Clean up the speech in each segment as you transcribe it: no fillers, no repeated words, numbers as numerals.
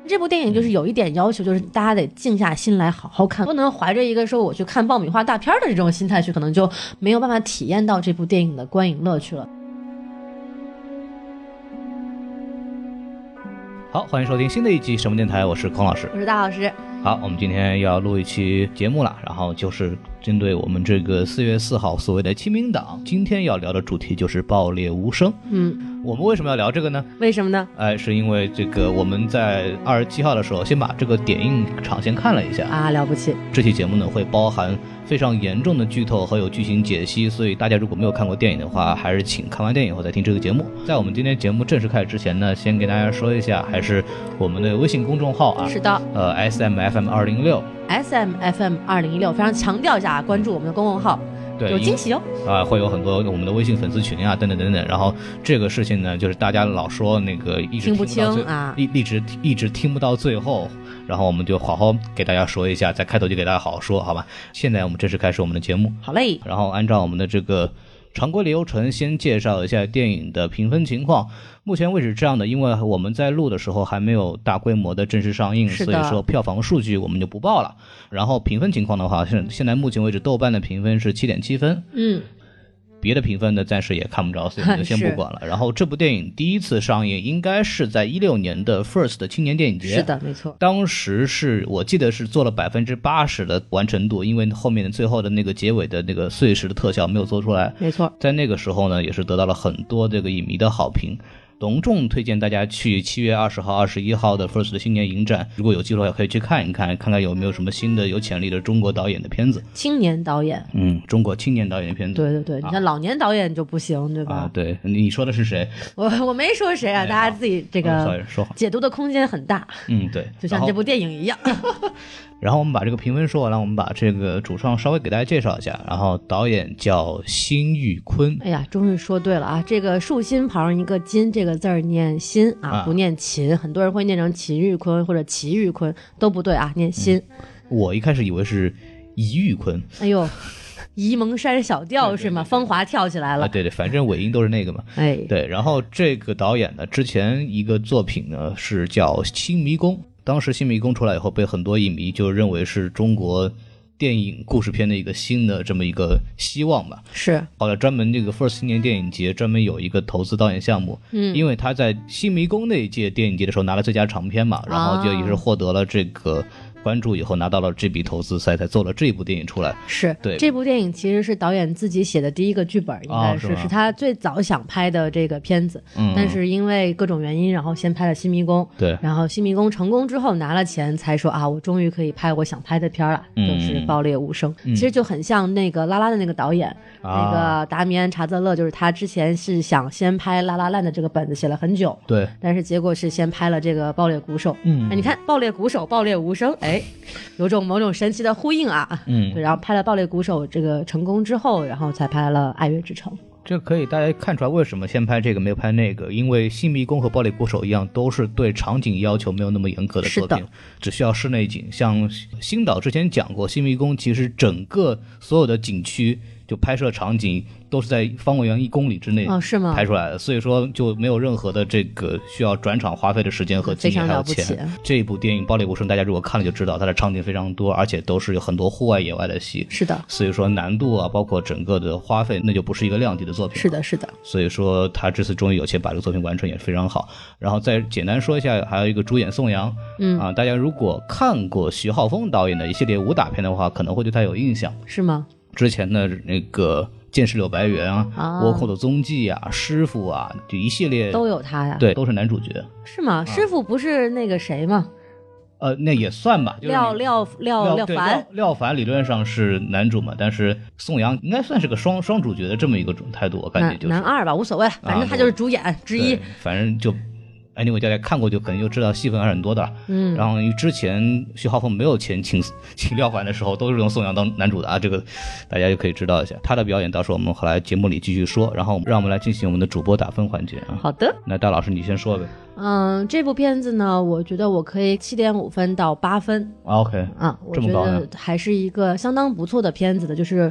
这部电影就是有一点要求，就是大家得静下心来好好看，不能怀着一个说我去看爆米花大片的这种心态去，可能就没有办法体验到这部电影的观影乐趣了。 好，欢迎收听新的一集什么电台，我是孔老师， 我是大老师。 好，我们今天要录一期节目了，然后就是针对我们这个4月4号所谓的清明档，今天要聊的主题就是爆裂无声。我们为什么要聊这个呢？ 为什么呢？ 是因为这个我们在27号的时候先把这个点映场先看了一下啊，了不起。 这期节目呢会包含非常严重的剧透和有剧情解析，所以大家如果没有看过电影的话，还是请看完电影后再听这个节目。在我们今天节目正式开始之前呢，先给大家说一下，还是我们的微信公众号啊， 是的 ，SMFM206 SMFM206，非常强调一下，关注我们的公众号， 对， 有惊喜哦。 会有很多我们的微信粉丝群啊，等等等等。然后这个事情呢，就是大家老说那个一直听不清啊， 一直听不到最后，然后我们就好好给大家说一下，在开头就给大家好好说，好吧？现在我们正式开始我们的节目。 好嘞。 然后按照我们的这个常规流程，先介绍一下电影的评分情况。目前为止这样的，因为我们在录的时候还没有大规模的正式上映，所以说票房数据我们就不报了。然后评分情况的话，现在目前为止豆瓣的评分是7.7分。别的评分呢暂时也看不着，所以我们就先不管了。然后这部电影第一次上映应该是在16年的 FIRST 的青年电影节。 是的，没错。 当时我记得是做了80%的完成度，因为后面的最后的那个结尾的那个碎石的特效没有做出来。 没错。在那个时候呢，也是得到了很多这个影迷的好评。隆重推荐大家去7月20号、21号的 FIRST 的新年影展，如果有机会可以去看一看，看看有没有什么新的有潜力的中国导演的片子。 青年导演， 中国青年导演的片子。 对对对，你像老年导演就不行，对吧？ 对，你说的是谁？ 我没说谁啊，大家自己这个解读的空间很大。 对， 就像这部电影一样。 然后我们把这个评分说完了，我们把这个主创稍微给大家介绍一下。然后导演叫辛玉坤。 哎呀，终于说对了啊！这个竖心旁一个金这个字儿念辛啊，不念秦。很多人会念成秦玉坤或者齐玉坤，都不对啊，念辛。 我一开始以为是宜玉坤。 哎呦，沂蒙山小调是吗？芳华跳起来了。 对，反正尾音都是那个嘛。对。然后这个导演呢，之前一个作品呢是叫《新迷宫》。当时《新迷宫》出来以后，被很多影迷就认为是中国电影故事片的一个新的这么一个希望吧。 是。 后来专门这个 FIRST 青年电影节专门有一个投资导演项目，因为他在《新迷宫》那一届电影节的时候拿了最佳长片嘛，然后就也是获得了这个关注以后拿到了这笔投资，才做了这部电影出来。 是。 对， 这部电影其实是导演自己写的第一个剧本，应该是他最早想拍的这个片子，但是因为各种原因，然后先拍了新迷宫。 对。 然后新迷宫成功之后拿了钱，才说啊，我终于可以拍我想拍的片了，就是爆裂无声。其实就很像那个拉拉的那个导演，那个达米安·查泽勒，就是他之前是想先拍拉拉烂的这个本子，写了很久。 对。 但是结果是先拍了这个爆裂鼓手。你看爆裂鼓手爆裂无声，有种某种神奇的呼应啊。对，然后拍了爆裂鼓手这个成功之后，然后才拍了爱乐之城。 这可以大家看出来为什么先拍这个没有拍那个，因为新迷宫和爆裂鼓手一样，都是对场景要求没有那么严格的作品，只需要室内景。像新导之前讲过，新迷宫其实整个所有的景区就拍摄场景都是在方圆1公里之内拍出来的，所以说就没有任何的这个需要转场花费的时间和精力还有钱。这一部电影《爆裂无声》，大家如果看了就知道，它的场景非常多，而且都是有很多户外野外的戏。 是的， 所以说难度啊，包括整个的花费，那就不是一个量级的作品。 是的，是的。 所以说他这次终于有钱把这个作品完成，也非常好。然后再简单说一下，还有一个主演宋阳。大家如果看过徐浩峰导演的一系列武打片的话，可能会对他有印象。 是吗？ 之前的那个剑士柳白猿倭寇的踪迹啊，师傅啊，这一系列都有他呀。 对，都是男主角。 是吗？师傅不是那个谁吗？ 那也算吧，就是廖凡。 廖凡理论上是男主嘛，但是宋阳应该算是个双主角的这么一个态度，我感觉就是男二吧，无所谓，反正他就是主演之一。 反正就anyway，大家看过就肯定就知道戏份还是很多的。然后因为之前徐浩峰没有钱请廖凡的时候，都是用宋阳当男主的啊，这个大家就可以知道一下他的表演。到时候我们后来节目里继续说，然后让我们来进行我们的主播打分环节啊。 好的， 那大老师你先说呗。 这部片子呢，我觉得我可以7.5分到8分。 OK， 我觉得还是一个相当不错的片子的，就是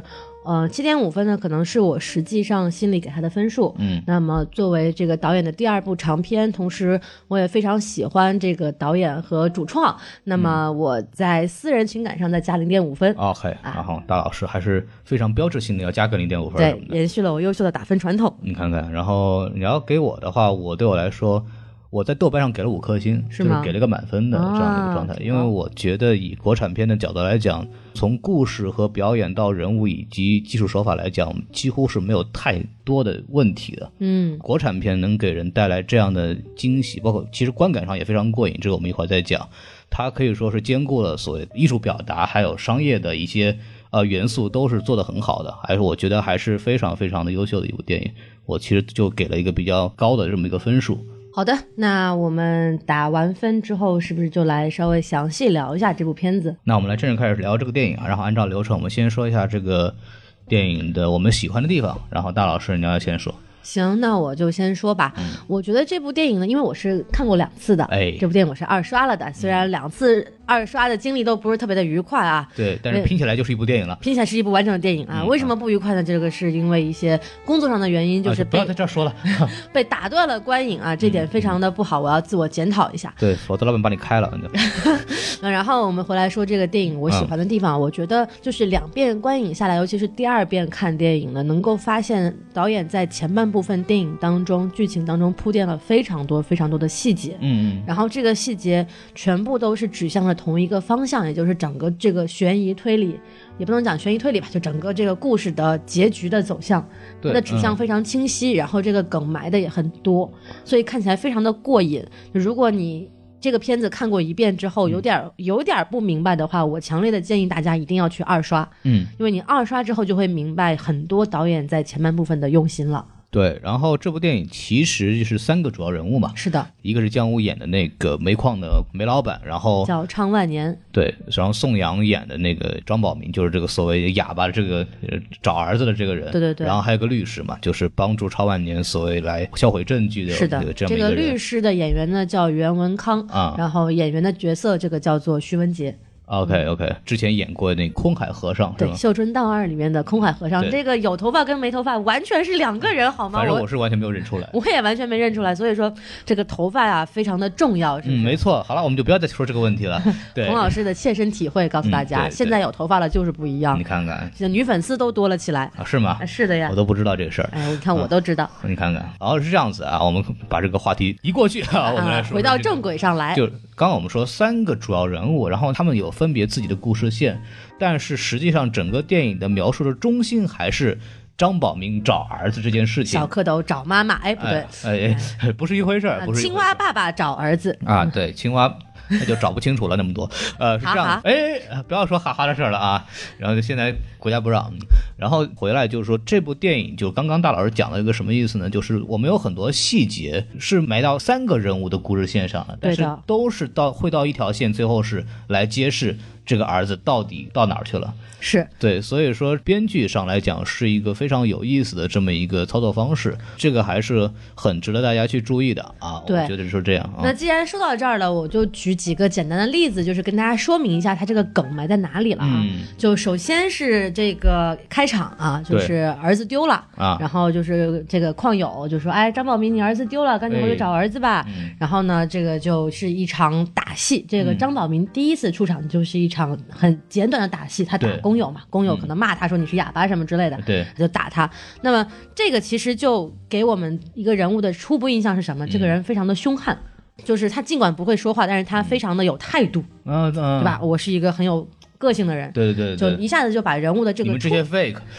7.5分呢，可能是我实际上心里给他的分数。那么作为这个导演的第2部长片，同时我也非常喜欢这个导演和主创，那么我在私人情感上再加0.5分。 OK，然后大老师还是非常标志性的要加个0.5分， 对，延续了我优秀的打分传统。 你看看，然后你要给我的话，对我来说，我在豆瓣上给了5颗星，就是给了个满分的这样的一个状态，因为我觉得以国产片的角度来讲，从故事和表演到人物以及技术手法来讲，几乎是没有太多的问题的。国产片能给人带来这样的惊喜，包括其实观感上也非常过瘾，这个我们一会儿再讲。它可以说是兼顾了所谓艺术表达还有商业的一些元素，都是做得很好的，我觉得还是非常非常的优秀的一部电影。我其实就给了一个比较高的这么一个分数。 好的，那我们打完分之后是不是就来稍微详细聊一下这部片子？ 那我们来正式开始聊这个电影然后按照流程我们先说一下这个电影的我们喜欢的地方，然后大老师你要先说。 行，那我就先说吧。我觉得这部电影呢，因为我是看过2次的，这部电影我是2刷了的，虽然2次2刷的经历都不是特别的愉快啊。 对，但是拼起来就是一部电影了， 拼起来是一部完整的电影啊。为什么不愉快呢？这个是因为一些工作上的原因，就是不要在这儿说了， 被打断了观影啊，这点非常的不好，我要自我检讨一下。 对，否则老板把你开了。 然后我们回来说这个电影我喜欢的地方，我觉得就是2遍观影下来，尤其是第2遍看电影呢，能够发现导演在前半部分电影当中剧情当中铺垫了非常多非常多的细节。然后这个细节全部都是指向了同一个方向，也就是整个这个悬疑推理，也不能讲悬疑推理吧，就整个这个故事的结局的走向，它的指向非常清晰，然后这个梗埋的也很多，所以看起来非常的过瘾。如果你这个片子看过1遍之后有点不明白的话，我强烈的建议大家一定要去2刷。因为你2刷之后就会明白很多导演在前半部分的用心了。 对，然后这部电影其实就是3个主要人物嘛。 是的， 一个是姜武演的那个煤矿的煤老板，然后叫昌万年。 对，然后宋阳演的那个张宝明，就是这个所谓哑巴的这个找儿子的这个人。 对对对。 然后还有个律师嘛，就是帮助昌万年所谓来销毁证据的这么一个人。 是的，这个律师的演员呢叫袁文康然后演员的角色这个叫做徐文杰。 OK， 之前演过那个空海和尚是吧？ 对，《绣春刀2》里面的空海和尚，这个有头发跟没头发完全是2个人，好吗？ 反正我是完全没有认出来， 我也完全没认出来，所以说这个头发啊非常的重要，是不是？ 没错。好了，我们就不要再说这个问题了。对， 孔老师的切身体会告诉大家，现在有头发了就是不一样。 你看看， 女粉丝都多了起来是吗？ 是的呀， 我都不知道这个事儿。 你看我都知道。 你看看，然后是这样子啊，我们把这个话题移过去我们来说， 回到正轨上来。 就刚刚我们说3个主要人物，然后他们有分别自己的故事线，但是实际上整个电影的描述的中心还是张宝明找儿子这件事情。 小蝌蚪找妈妈，不对， 不是一回事儿。 青蛙爸爸找儿子啊，对，青蛙那就找不清楚了那么多。是这样，不要说哈哈的事儿了啊。然后现在国家不让，然后回来就是说这部电影就刚刚大老师讲了一个什么意思呢？就是我们有很多细节是埋到3个人物的故事线上了，但是都是会到一条线，最后是来揭示这个儿子到底到哪儿去了。 是对，所以说编剧上来讲是一个非常有意思的这么一个操作方式，这个还是很值得大家去注意的啊。 对， 我觉得就是这样那既然说到这儿了，我就举几个简单的例子，就是跟大家说明一下它这个梗埋在哪里了啊。就首先是这个开场啊，就是儿子丢了然后就是这个矿友就说，张宝明你儿子丢了，赶紧回去找儿子吧。然后呢，这个就是一场打戏，这个张宝明第一次出场就是一场很简短的打戏，他打工友嘛，工友可能骂他说你是哑巴什么之类的， 对， 就打他。那么这个其实就给我们一个人物的初步印象是什么？这个人非常的凶悍，就是他尽管不会说话，但是他非常的有态度，对吧？我是一个很有个性的人， 对， 就一下子就把人物的这个你们这些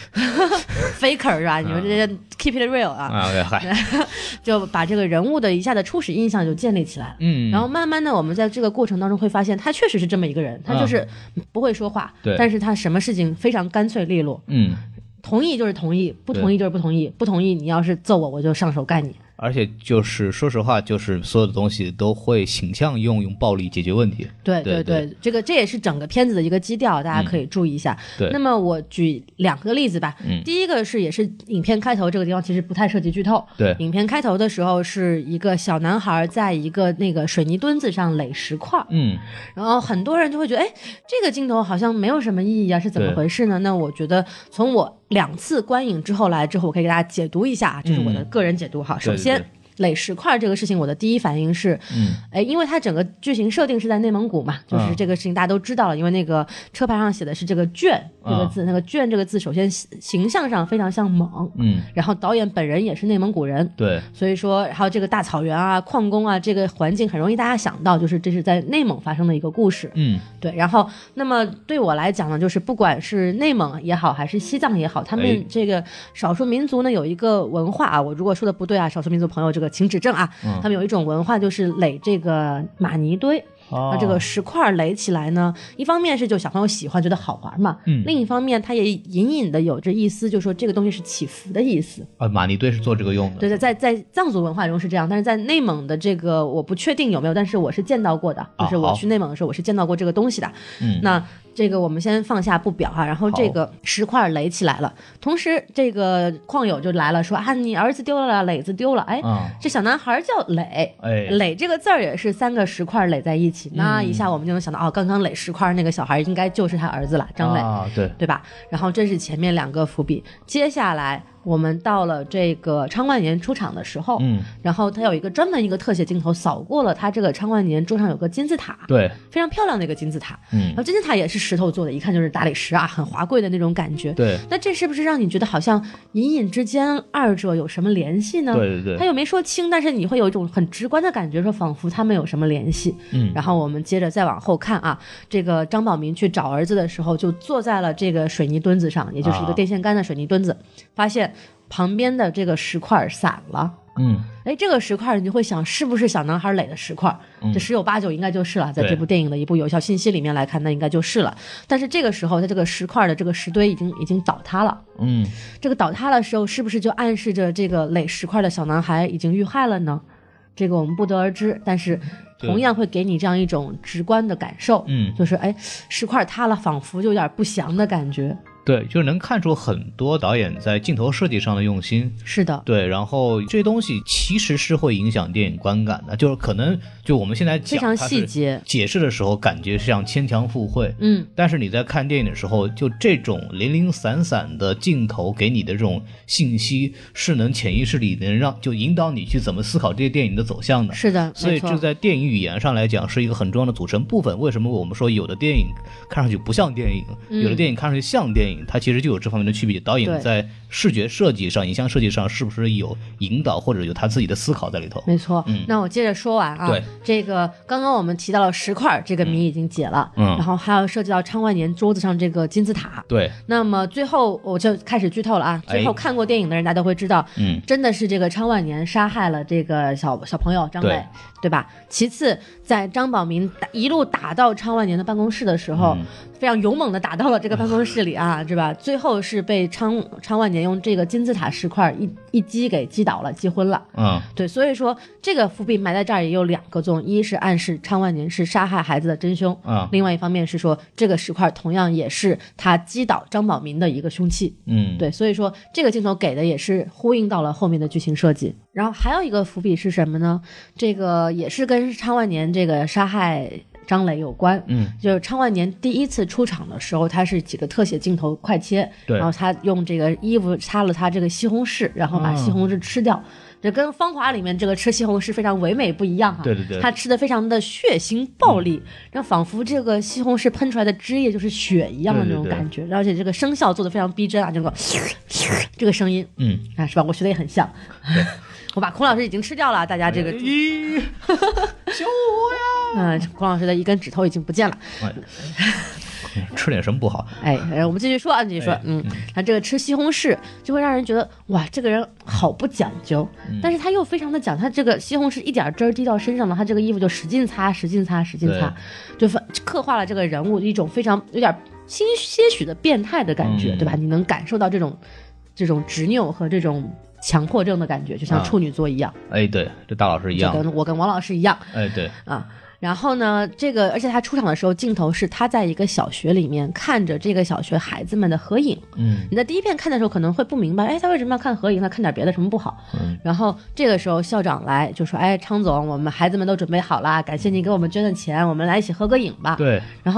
faker 是吧？你们这些 keep it real 就把这个人物的一下的初始印象就建立起来了。然后慢慢的我们在这个过程当中会发现，他确实是这么一个人，他就是不会说话，但是他什么事情非常干脆利落。同意就是同意，不同意就是不同意，不同意你要是揍我就上手干你。 而且就是说实话，就是所有的东西都会倾向用暴力解决问题。 对，这也是整个片子的一个基调，大家可以注意一下。那么我举2个例子吧。第一个是也是影片开头这个地方其实不太涉及剧透。 对， 影片开头的时候是一个小男孩在一个那个水泥墩子上垒石块。然后很多人就会觉得，这个镜头好像没有什么意义啊，是怎么回事呢？那我觉得从我 2次观影之后来之后，我可以给大家解读一下，这是我的个人解读哈。首先。垒石块这个事情，我的第一反应是，因为它整个剧情设定是在内蒙古嘛，就是这个事情大家都知道了，因为那个车牌上写的是这个卷这个字，那个卷这个字首先形象上非常像蒙，然后导演本人也是内蒙古人， 对， 所以说还有这个大草原啊、矿工啊，这个环境很容易大家想到，就是这是在内蒙发生的一个故事，对。然后，那么对我来讲呢，就是不管是内蒙也好，还是西藏也好，他们这个少数民族呢有一个文化啊，我如果说的不对啊，少数民族朋友这个请指正啊，他们有一种文化就是垒这个玛尼堆。那这个石块垒起来呢，一方面是就小朋友喜欢觉得好玩嘛，另一方面它也隐隐的有着意思，就是说这个东西是祈福的意思啊。玛尼堆是做这个用的， 对，在藏族文化中是这样，但是在内蒙的这个我不确定有没有，但是我是见到过的，就是我去内蒙的时候我是见到过这个东西的。那这个我们先放下不表哈，然后这个石块垒起来了，同时这个矿友就来了，说啊，你儿子丢了，垒子丢了，这小男孩叫垒，垒这个字儿也是3个石块垒在一起，那一下我们就能想到，刚刚垒石块那个小孩应该就是他儿子了，张磊，对吧？然后这是前面2个伏笔，接下来我们到了这个昌万年出场的时候，然后他有一个专门一个特写镜头扫过了他这个昌万年桌上有个金字塔，对，非常漂亮的一个金字塔，然后金字塔也是石头做的，一看就是大理石啊，很华贵的那种感觉，对。那这是不是让你觉得好像隐隐之间二者有什么联系呢？对，他又没说清，但是你会有一种很直观的感觉，说仿佛他们有什么联系。然后我们接着再往后看啊，这个张宝民去找儿子的时候，就坐在了这个水泥墩子上，也就是一个电线杆的水泥墩子，发现旁边的这个石块散了。这个石块你就会想是不是小男孩垒的石块，这十有八九应该就是了，在这部电影的一部有效信息里面来看，那应该就是了。但是这个时候它这个石块的这个石堆已经倒塌了，这个倒塌的时候是不是就暗示着这个垒石块的小男孩已经遇害了呢？这个我们不得而知，但是同样会给你这样一种直观的感受，就是石块塌了，仿佛就有点不祥的感觉。 对，就是能看出很多导演在镜头设计上的用心。 是的， 对，然后这些东西其实是会影响电影观感的，就是可能就我们现在讲非常细节解释的时候，感觉像牵强附会，但是你在看电影的时候，就这种零零散散的镜头给你的这种信息，是能潜意识里能就引导你去怎么思考这些电影的走向的。 是的， 所以这在电影语言上来讲是一个很重要的组成部分。为什么我们说有的电影看上去不像电影，有的电影看上去像电影？它其实就有这方面的区别，导演在视觉设计上、影像设计上是不是有引导或者有他自己的思考在里头？ 没错。那我接着说完啊，对，这个刚刚我们提到了石块，这个谜已经解了，然后还要涉及到昌万年桌子上这个金字塔，对。那么最后我就开始剧透了啊，最后看过电影的人大家都会知道，真的是这个昌万年杀害了这个小朋友张磊，对吧？其次，在张宝民一路打到昌万年的办公室的时候，非常勇猛的打到了这个办公室里啊，是吧？最后是被昌万年用这个金字塔石块一击给击倒了，击昏了。对，所以说这个伏笔埋在这儿也有2个作用，一是暗示昌万年是杀害孩子的真凶，另外一方面是说这个石块同样也是他击倒张宝民的一个凶器。对，所以说这个镜头给的也是呼应到了后面的剧情设计。然后还有一个伏笔是什么呢？这个也是跟昌万年这个杀害张磊有关，就是昌万年第一次出场的时候，他是几个特写镜头快切，然后他用这个衣服擦了他这个西红柿，然后把西红柿吃掉，这跟《芳华》里面这个吃西红柿非常唯美不一样哈。对，他吃的非常的血腥暴力，然后仿佛这个西红柿喷出来的汁液就是血一样的那种感觉，而且这个声效做的非常逼真啊，这个声音，是吧？我学的也很像。我把孔老师已经吃掉了，大家这个救我呀！孔老师的一根指头已经不见了。 吃点什么不好？ 我们继续说啊，继续说。他这个吃西红柿就会让人觉得哇，这个人好不讲究，但是他又非常的讲，他这个西红柿一点汁儿滴到身上了，他这个衣服就使劲擦，就刻画了这个人物一种非常有点些许的变态的感觉，对吧？你能感受到这种执拗和这种强迫症的感觉，就像处女座一样。对， 这大老师一样， 我跟王老师一样。对啊。然后呢，这个而且他出场的时候，镜头是他在一个小学里面看着这个小学孩子们的合影。你在第一遍看的时候可能会不明白，他为什么要看合影？他看点别的什么不好？然后这个时候校长来就说：“昌总，我们孩子们都准备好了，感谢您给我们捐的钱，我们来一起合个影吧。”对。然后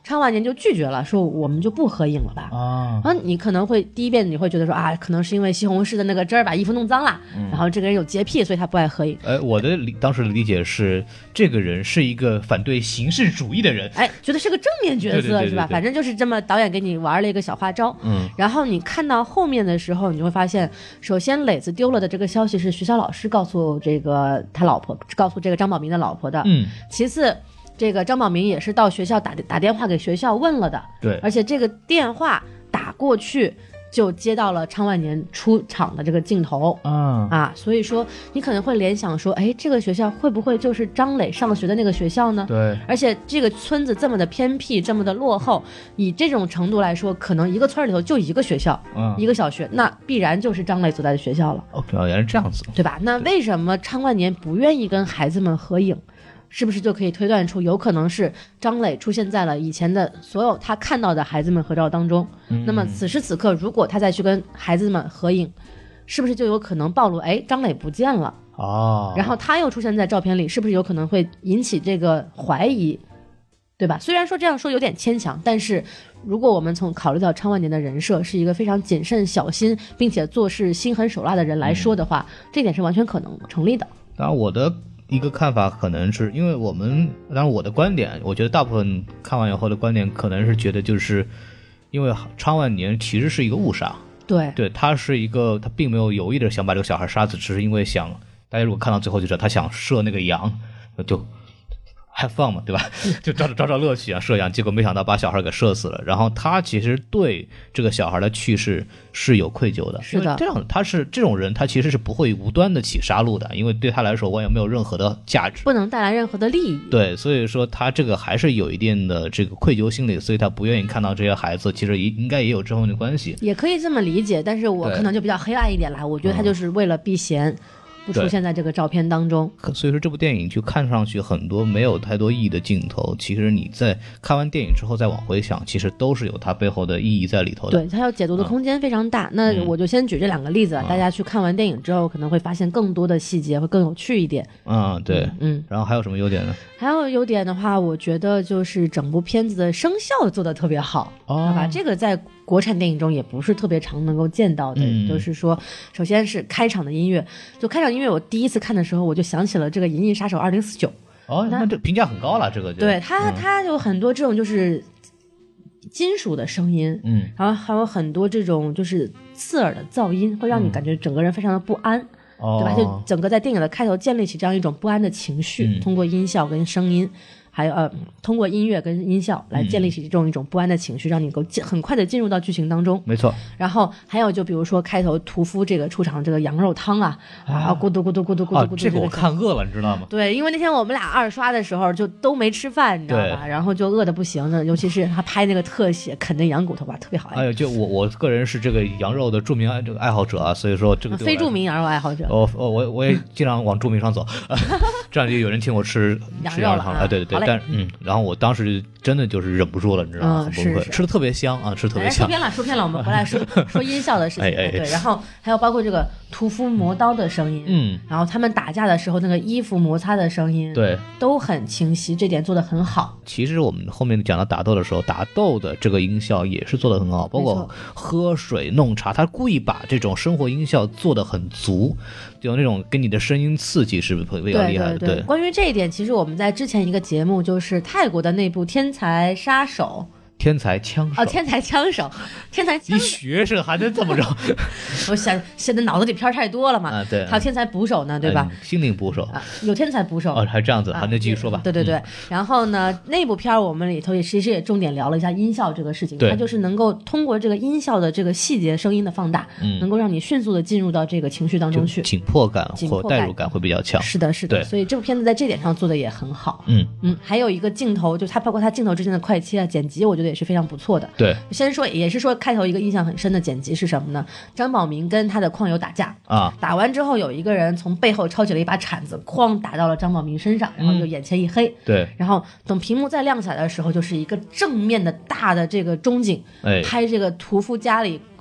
昌万年就拒绝了，说我们就不合影了吧。你可能会第一遍你会觉得说可能是因为西红柿的那个汁儿把衣服弄脏了，然后这个人有洁癖，所以他不爱合影。 我的当时的理解是，这个人是一个反对形式主义的人， 觉得是个正面角色，是吧？反正就是这么导演给你玩了一个小花招。然后你看到后面的时候，你就会发现，首先磊子丢了的这个消息是学校老师告诉这个他老婆，告诉这个张宝明的老婆的。其次，这个张宝明也是到学校打电话给学校问了的。 对， 而且这个电话打过去就接到了昌万年出场的这个镜头。所以说你可能会联想说，这个学校会不会就是张磊上学的那个学校呢？ 对， 而且这个村子这么的偏僻，这么的落后，以这种程度来说，可能一个村里头就一个学校，一个小学，那必然就是张磊所在的学校了。 原来是这样子， 对吧？那为什么昌万年不愿意跟孩子们合影？是不是就可以推断出有可能是张磊出现在了以前的所有他看到的孩子们合照当中？那么此时此刻如果他再去跟孩子们合影，是不是就有可能暴露张磊不见了？然后他又出现在照片里，是不是有可能会引起这个怀疑？对吧？虽然说这样说有点牵强，但是如果我们从考虑到昌万年的人设是一个非常谨慎小心并且做事心狠手辣的人来说的话，这点是完全可能成立的。 当然我的一个看法可能是因为当然我的观点，我觉得大部分看完以后的观点可能是觉得，就是因为昌万年其实是一个误杀。对，他是一个，他并没有有意的想把这个小孩杀死，只是因为大家如果看到最后就知道他想射那个羊，就have fun 嘛，对吧？就找乐趣啊，射羊，结果没想到把小孩给射死了。然后他其实对这个小孩的去世是有愧疚的。 是的， 他是这种人，他其实是不会无端的起杀戮的，因为对他来说我也没有任何的价值， 不能带来任何的利益。 对，所以说他这个还是有一定的这个愧疚心理，所以他不愿意看到这些孩子，其实应该也有这方面的关系， 也可以这么理解。但是我可能就比较黑暗一点啦，我觉得他就是为了避嫌。不出现在这个照片当中， 所以说这部电影就看上去很多没有太多意义的镜头，其实你在看完电影之后再往回想，其实都是有它背后的意义在里头的。 对，它要解读的空间非常大。那我就先举这两个例子，大家去看完电影之后可能会发现更多的细节会更有趣一点。 对，然后还有什么优点呢？ 还有优点的话，我觉得就是整部片子的声效做得特别好，好吧？这个在国产电影中也不是特别常能够见到的。就是说，首先是开场的音乐，就开场音乐，我第一次看的时候，我就想起了这个《银翼杀手2049》。 那这评价很高了，这个对它有很多这种就是金属的声音，然后还有很多这种就是刺耳的噪音，会让你感觉整个人非常的不安。对吧？就整个在电影的开头建立起这样一种不安的情绪，通过音效跟声音，还有通过音乐跟音效来建立起这种一种不安的情绪，让你能够很快的进入到剧情当中。 没错。 然后还有就比如说开头屠夫这个出场这个羊肉汤啊，咕嘟咕嘟咕嘟咕嘟咕嘟， 这个我看饿了，你知道吗？ 对，因为那天我们俩二刷的时候就都没吃饭，你知道吧？然后就饿得不行了，尤其是他拍那个特写啃那羊骨头吧，特别好。 就我个人是这个羊肉的著名这个爱好者啊，所以说这个非著名羊肉爱好者。 我也经常往著名上走，这样就有人请我吃羊肉汤。对，但然后我当时真的就是忍不住了，你知道吗？很崩溃，吃的特别香啊，吃的特别香。 说偏了，我们回来说音效的事情。对，然后还有包括这个屠夫磨刀的声音，然后他们打架的时候那个衣服摩擦的声音， 对， 都很清晰，这点做得很好。 其实我们后面讲到打斗的时候，打斗的这个音效也是做得很好，包括喝水弄茶，他故意把这种生活音效做得很足，有那种给你的声音刺激是比较厉害的。对， 关于这一点，其实我们在之前一个节目就是泰国的那部《天才杀手》。 天才枪手天才枪手， 你学生还能这么着？ 我想现在脑子里片太多了嘛。 对， 还有天才捕手呢，对吧？ 心灵捕手有天才捕手还这样子，还能继续说吧？ 对。然后呢，那部片我们里头其实也重点聊了一下音效这个事情，它就是能够通过这个音效的这个细节、声音的放大，能够让你迅速的进入到这个情绪当中去， 紧迫感或代入感会比较强。 是的，所以这部片子在这点上做的也很好。还有一个镜头，就它包括它镜头之间的快切啊、剪辑，我觉得也是非常不错的。 对， 先说也是说开头一个印象很深的剪辑是什么呢？张宝明跟他的矿友打架打完之后有一个人从背后抄起了一把铲子，哐打到了张宝明身上，然后就眼前一黑。 对， 然后等屏幕再亮起来的时候，就是一个正面的大的这个中景，拍这个屠夫家里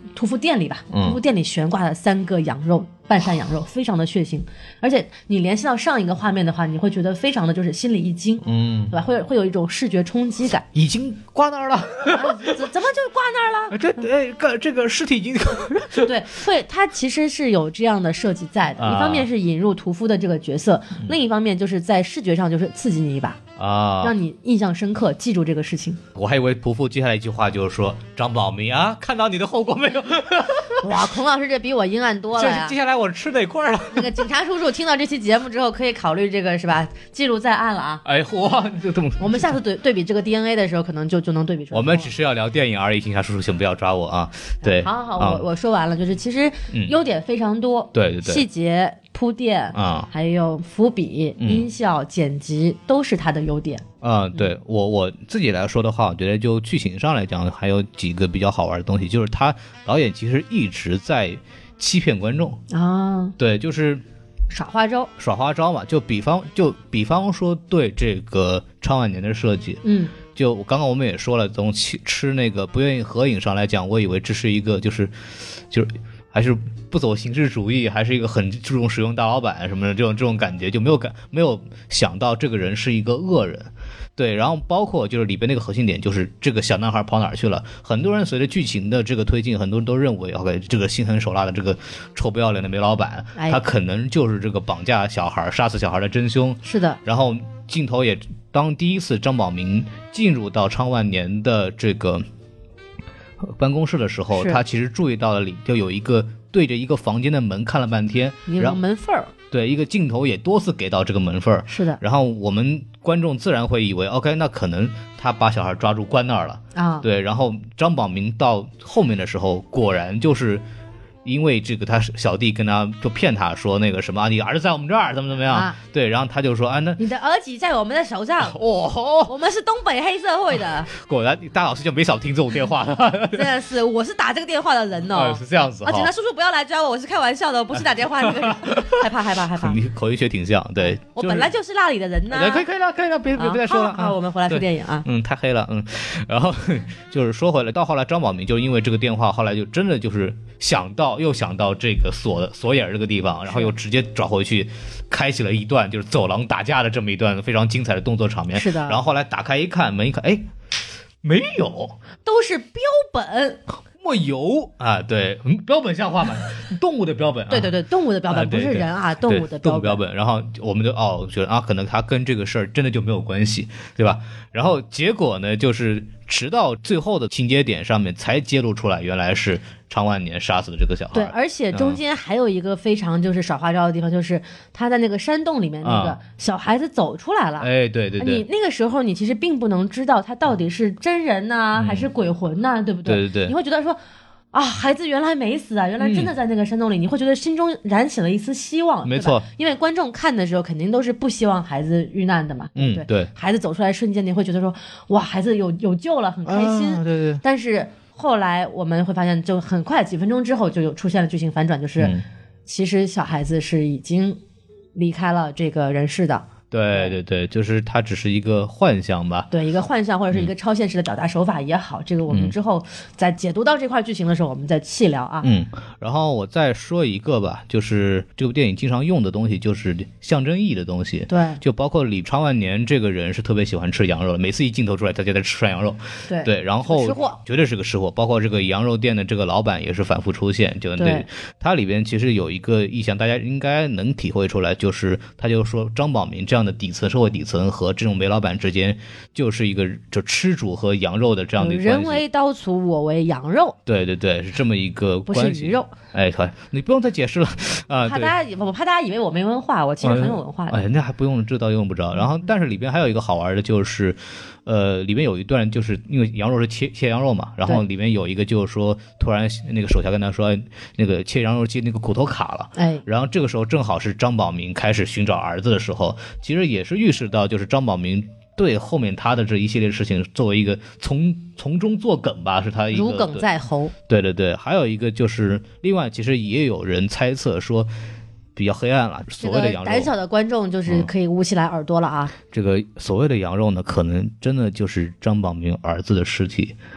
屠夫店里吧，屠夫店里悬挂了3个羊肉，半扇羊肉，非常的血腥，而且你联系到上一个画面的话，你会觉得非常的就是心里一惊，对吧？会有一种视觉冲击感。 已经挂那儿了， 怎么就挂那儿了？ 这个尸体已经对，它其实是有这样的设计在的，一方面是引入屠夫的这个角色，另一方面就是在视觉上就是刺激你一把啊，让你印象深刻，记住这个事情。 我还以为屠夫接下来一句话就是说张宝明啊，看到你的后果没有？ 哇，孔老师这比我阴暗多了呀！ 接下来我吃哪块了？ 那个警察叔叔听到这期节目之后，可以考虑这个是吧？记录在案了啊！ 哎嚯，这么我们下次对比这个 DNA 的时候，可能就能对比出来。 我们只是要聊电影而已，警察叔叔请不要抓我啊！对， 好，我说完了，就是其实优点非常多， 对， 细节铺垫啊，还有伏笔、音效、剪辑都是它的优点。 对我自己来说的话，我觉得就剧情上来讲，还有几个比较好玩的东西，就是他导演其实一直在欺骗观众啊，对，就是耍花招嘛，就比方说对这个昌万年的设计，就刚刚我们也说了，从吃那个不愿意合影上来讲，我以为这是一个就是还是不走形式主义，还是一个很注重使用大老板什么的这种感觉，就没有想到这个人是一个恶人。对，然后包括就是里边那个核心点，就是这个小男孩跑哪儿去了。很多人随着剧情的这个推进，很多人都认为 OK 这个心狠手辣的这个臭不要脸的煤老板，他可能就是这个绑架小孩杀死小孩的真凶。 是的。 然后镜头也当第一次张宝明进入到昌万年的这个办公室的时候，他其实注意到了里就有一个对着一个房间的门看了半天， 然后门缝儿， 对，一个镜头也多次给到这个门缝儿。 是的。 然后我们观众自然会以为 OK 那可能他把小孩抓住关那儿了啊。对，然后张宝明到后面的时候果然就是因为这个他小弟跟他就骗他说那个什么你儿子在我们这儿怎么样对，然后他就说那你的儿子在我们的手上我们是东北黑社会的。 果然大老师就没少听这种电话真的是，我是打这个电话的人是这样子警察叔叔不要来抓我是开玩笑的，我不是打电话那个人害怕你口音学挺像，对， 我本来就是那里的人呢可以了别再说了好我们回来说电影啊。 太黑了然后就是说回来到后来张宝明就因为这个电话后来就真的就是又想到这个锁眼这个地方，然后又直接转回去开启了一段就是走廊打架的这么一段非常精彩的动作场面。 是的。 然后后来打开一看门一看，没有， 都是标本没有啊，对，标本像话吗？动物的标本， 对，动物的标本，不是人啊，动物的标本。然后我们就觉得可能他跟这个事儿真的就没有关系，对吧？然后结果呢，就是直到最后的情节点上面才揭露出来，原来是昌万年杀死的这个小孩。 对，而且中间还有一个非常就是耍花招的地方，就是他在那个山洞里面那个小孩子走出来了。 对， 你那个时候你其实并不能知道他到底是真人呢还是鬼魂呢，对不对？ 对， 你会觉得说孩子原来没死啊，原来真的在那个山洞里，你会觉得心中燃起了一丝希望。 没错， 因为观众看的时候肯定都是不希望孩子遇难的嘛。 对， 孩子走出来瞬间你会觉得说哇，孩子有救了，很开心。 对。 但是后来我们会发现，就很快几分钟之后就有出现了剧情反转，就是其实小孩子是已经离开了这个人世的。 对，就是它只是一个幻象吧。 对，一个幻象或者是一个超现实的表达手法也好，这个我们之后在解读到这块剧情的时候，我们再细聊啊。 然后我再说一个吧，就是这部电影经常用的东西，就是象征意义的东西。 对， 就包括李昌万年这个人是特别喜欢吃羊肉的，每次一镜头出来，他就在吃涮羊肉。对，然后吃货绝对是个吃货。包括这个羊肉店的这个老板也是反复出现，就对它里边其实有一个意象，大家应该能体会出来，就是他就说张宝明这样的社会底层和这种煤老板之间就是一个就吃主和羊肉的这样的一个关系， 人为刀俎我为羊肉。对， 是这么一个关系， 不是鱼肉。 你不用再解释了啊！ 我怕大家以为我没文化，我其实很有文化的。 那还不用，这倒用不着。然后但是里边还有一个好玩的就是里面有一段就是因为羊肉是切羊肉嘛，然后里面有一个就是说突然那个手下跟他说那个切羊肉切那个骨头卡了，然后这个时候正好是张宝明开始寻找儿子的时候，其实也是预示到就是张宝明对后面他的这一系列事情作为一个从中作梗吧，是他一个如鲠在喉。 对，还有一个就是另外其实也有人猜测说比较黑暗了，所谓的羊肉， 胆小的观众就是可以捂起来耳朵了啊。 这个所谓的羊肉呢，可能真的就是张宝明儿子的尸体。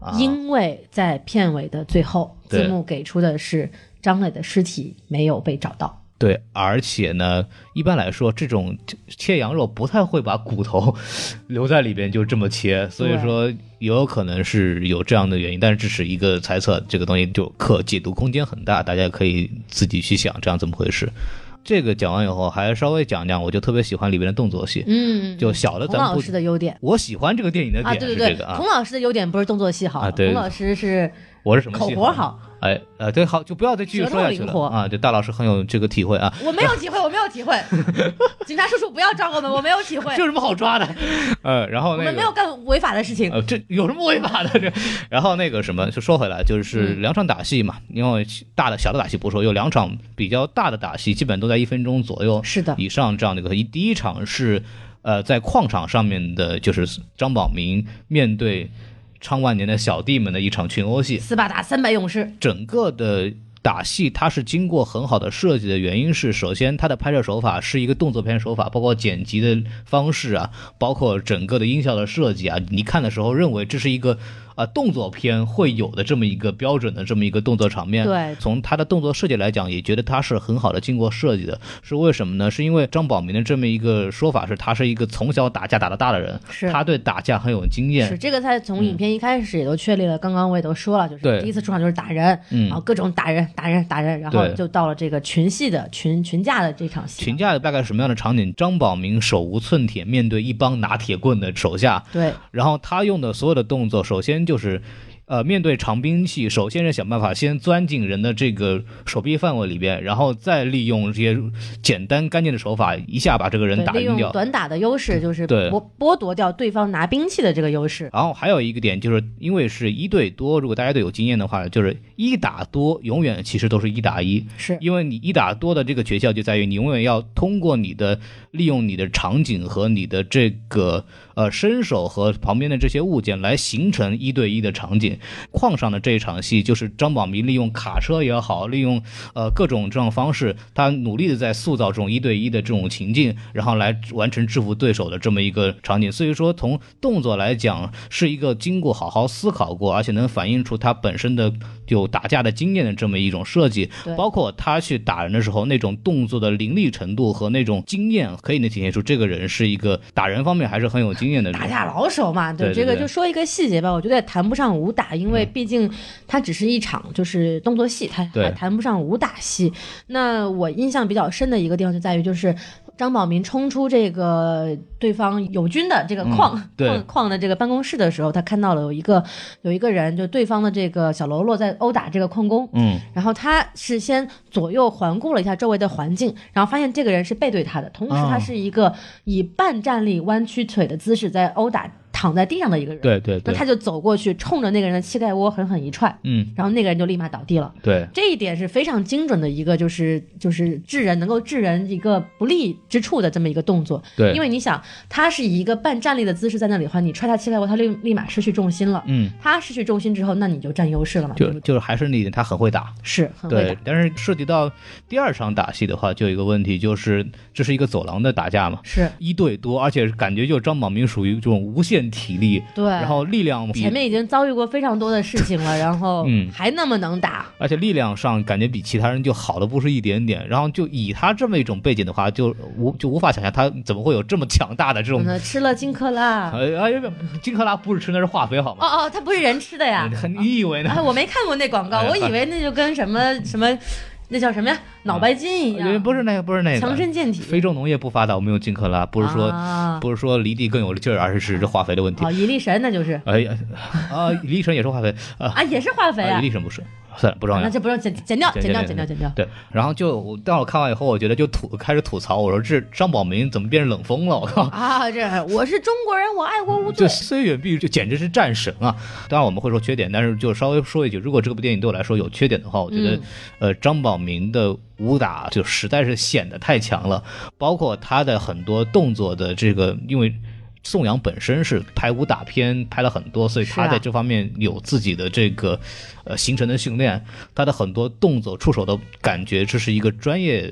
因为在片尾的最后，字幕给出的是张磊的尸体没有被找到。 对，而且呢，一般来说，这种切羊肉不太会把骨头留在里边就这么切，所以说也有可能是有这样的原因，但是这是一个猜测，这个东西就可解读空间很大，大家可以自己去想这样怎么回事。这个讲完以后，还稍微讲讲，我就特别喜欢里边的动作戏。就小的咱孔老师的优点， 我喜欢这个电影的点是这个孔老师的优点不是动作戏好，孔老师是我是什么口活好。 对，好，就不要再继续说下去了啊！对，大老师很有这个体会啊。 我没有体会，警察叔叔不要抓我们，我没有体会。 就什么好抓的？然后我们没有干违法的事情。 这有什么违法的？这，然后那个什么，就说回来，就是两场打戏嘛，因为小的打戏不说，有两场比较大的打戏，基本都在1分钟左右以上这样的一个。第一场是在矿场上面的，就是张宝明面对昌万年的小弟们的一场群殴戏， 斯巴达300勇士。 整个的打戏它是经过很好的设计的原因是，首先它的拍摄手法是一个动作片手法，包括剪辑的方式啊，包括整个的音效的设计啊，你看的时候认为这是一个动作片会有的这么一个标准的这么一个动作场面。 对， 从他的动作设计来讲，也觉得他是很好的经过设计的。是为什么呢？是因为张宝明的这么一个说法是，他是一个从小打架打到大的人，他对打架很有经验。 是这个，在从影片一开始也都确立了。刚刚我也都说了，就是第一次出场就是打人，然后各种打人，然后就到了这个群戏的群架的这场戏。 群架的大概什么样的场景？张宝明手无寸铁，面对一帮拿铁棍的手下， 对， 然后他用的所有的动作，首先就是面对长兵器，首先是想办法先钻进人的这个手臂范围里边，然后再利用这些简单干净的手法，一下把这个人打晕掉。 利用短打的优势，就是剥夺掉对方拿兵器的这个优势。 然后还有一个点，就是因为是1对多，如果大家都有经验的话，就是1打多永远其实都是1打1， 是因为你1打多的这个诀窍就在于你永远要通过利用你的场景和你的这个身手和旁边的这些物件来形成1对1的场景。矿上的这一场戏，就是张宝明利用卡车也好，利用各种这种方式，他努力的在塑造这种1对1的这种情境，然后来完成制服对手的这么一个场景。所以说从动作来讲，是一个经过好好思考过，而且能反映出他本身的就打架的经验的这么一种设计，包括他去打人的时候那种动作的凌厉程度和那种经验，可以能体现出这个人是一个打人方面还是很有经验的人， 打架老手嘛。 对， 这个就说一个细节吧，我觉得也谈不上武打，因为毕竟它只是一场就是动作戏，它还谈不上武打戏。那我印象比较深的一个地方就在于，就是张宝明冲出这个对方友军的这个矿的这个办公室的时候，他看到了有一个人，就对方的这个小喽啰在殴打这个矿工，然后他是先左右环顾了一下周围的环境，然后发现这个人是背对他的，同时他是一个以半站立弯曲腿的姿势在殴打躺在地上的一个人。 对， 那他就走过去，冲着那个人的膝盖窝狠狠一踹，然后那个人就立马倒地了。 对， 这一点是非常精准的一个，就是能够致人一个不利之处的这么一个动作。 对， 因为你想，他是以一个半站立的姿势在那里的话，你踹他膝盖窝，他立马失去重心了。他失去重心之后，那你就占优势了嘛。 就是还是那一点，他很会打， 是很会打。 对，但是涉及到第二场打戏的话，就有一个问题，就是这是一个走廊的打架嘛， 是 1对多，而且感觉就张宝明属于这种无限体力， 对， 然后力量前面已经遭遇过非常多的事情了，然后还那么能打， 而且力量上感觉比其他人就好的不是一点点。然后就以他这么一种背景的话，就无法想象他怎么会有这么强大的这种。 吃了金克拉， 金克拉不是吃，那是化肥好吗？ 哦，他不是人吃的呀？ 你以为呢？ 我没看过那广告，我以为那就跟什么。那叫什么呀？脑白金一样？ 不是那个， 强身健体。 非洲农业不发达，我们用金克拉，不是说离地更有劲儿，而是这化肥的问题。 蚁力神那就是。 蚁力神也是化肥也是化肥啊。 蚁力神不是。算了，不重要， 那就不用剪掉。 对，然后当我看完以后，我觉得开始吐槽，我说这张宝明怎么变成冷锋了？我靠我是中国人，我爱国无罪。 这虽远必就简直是战神啊！当然我们会说缺点，但是就稍微说一句，如果这部电影对我来说有缺点的话，我觉得张宝明的武打就实在是显得太强了，包括他的很多动作的这个，因为宋阳本身是拍武打片拍了很多，所以他在这方面有自己的这个形成的训练，他的很多动作出手的感觉，这是一个专业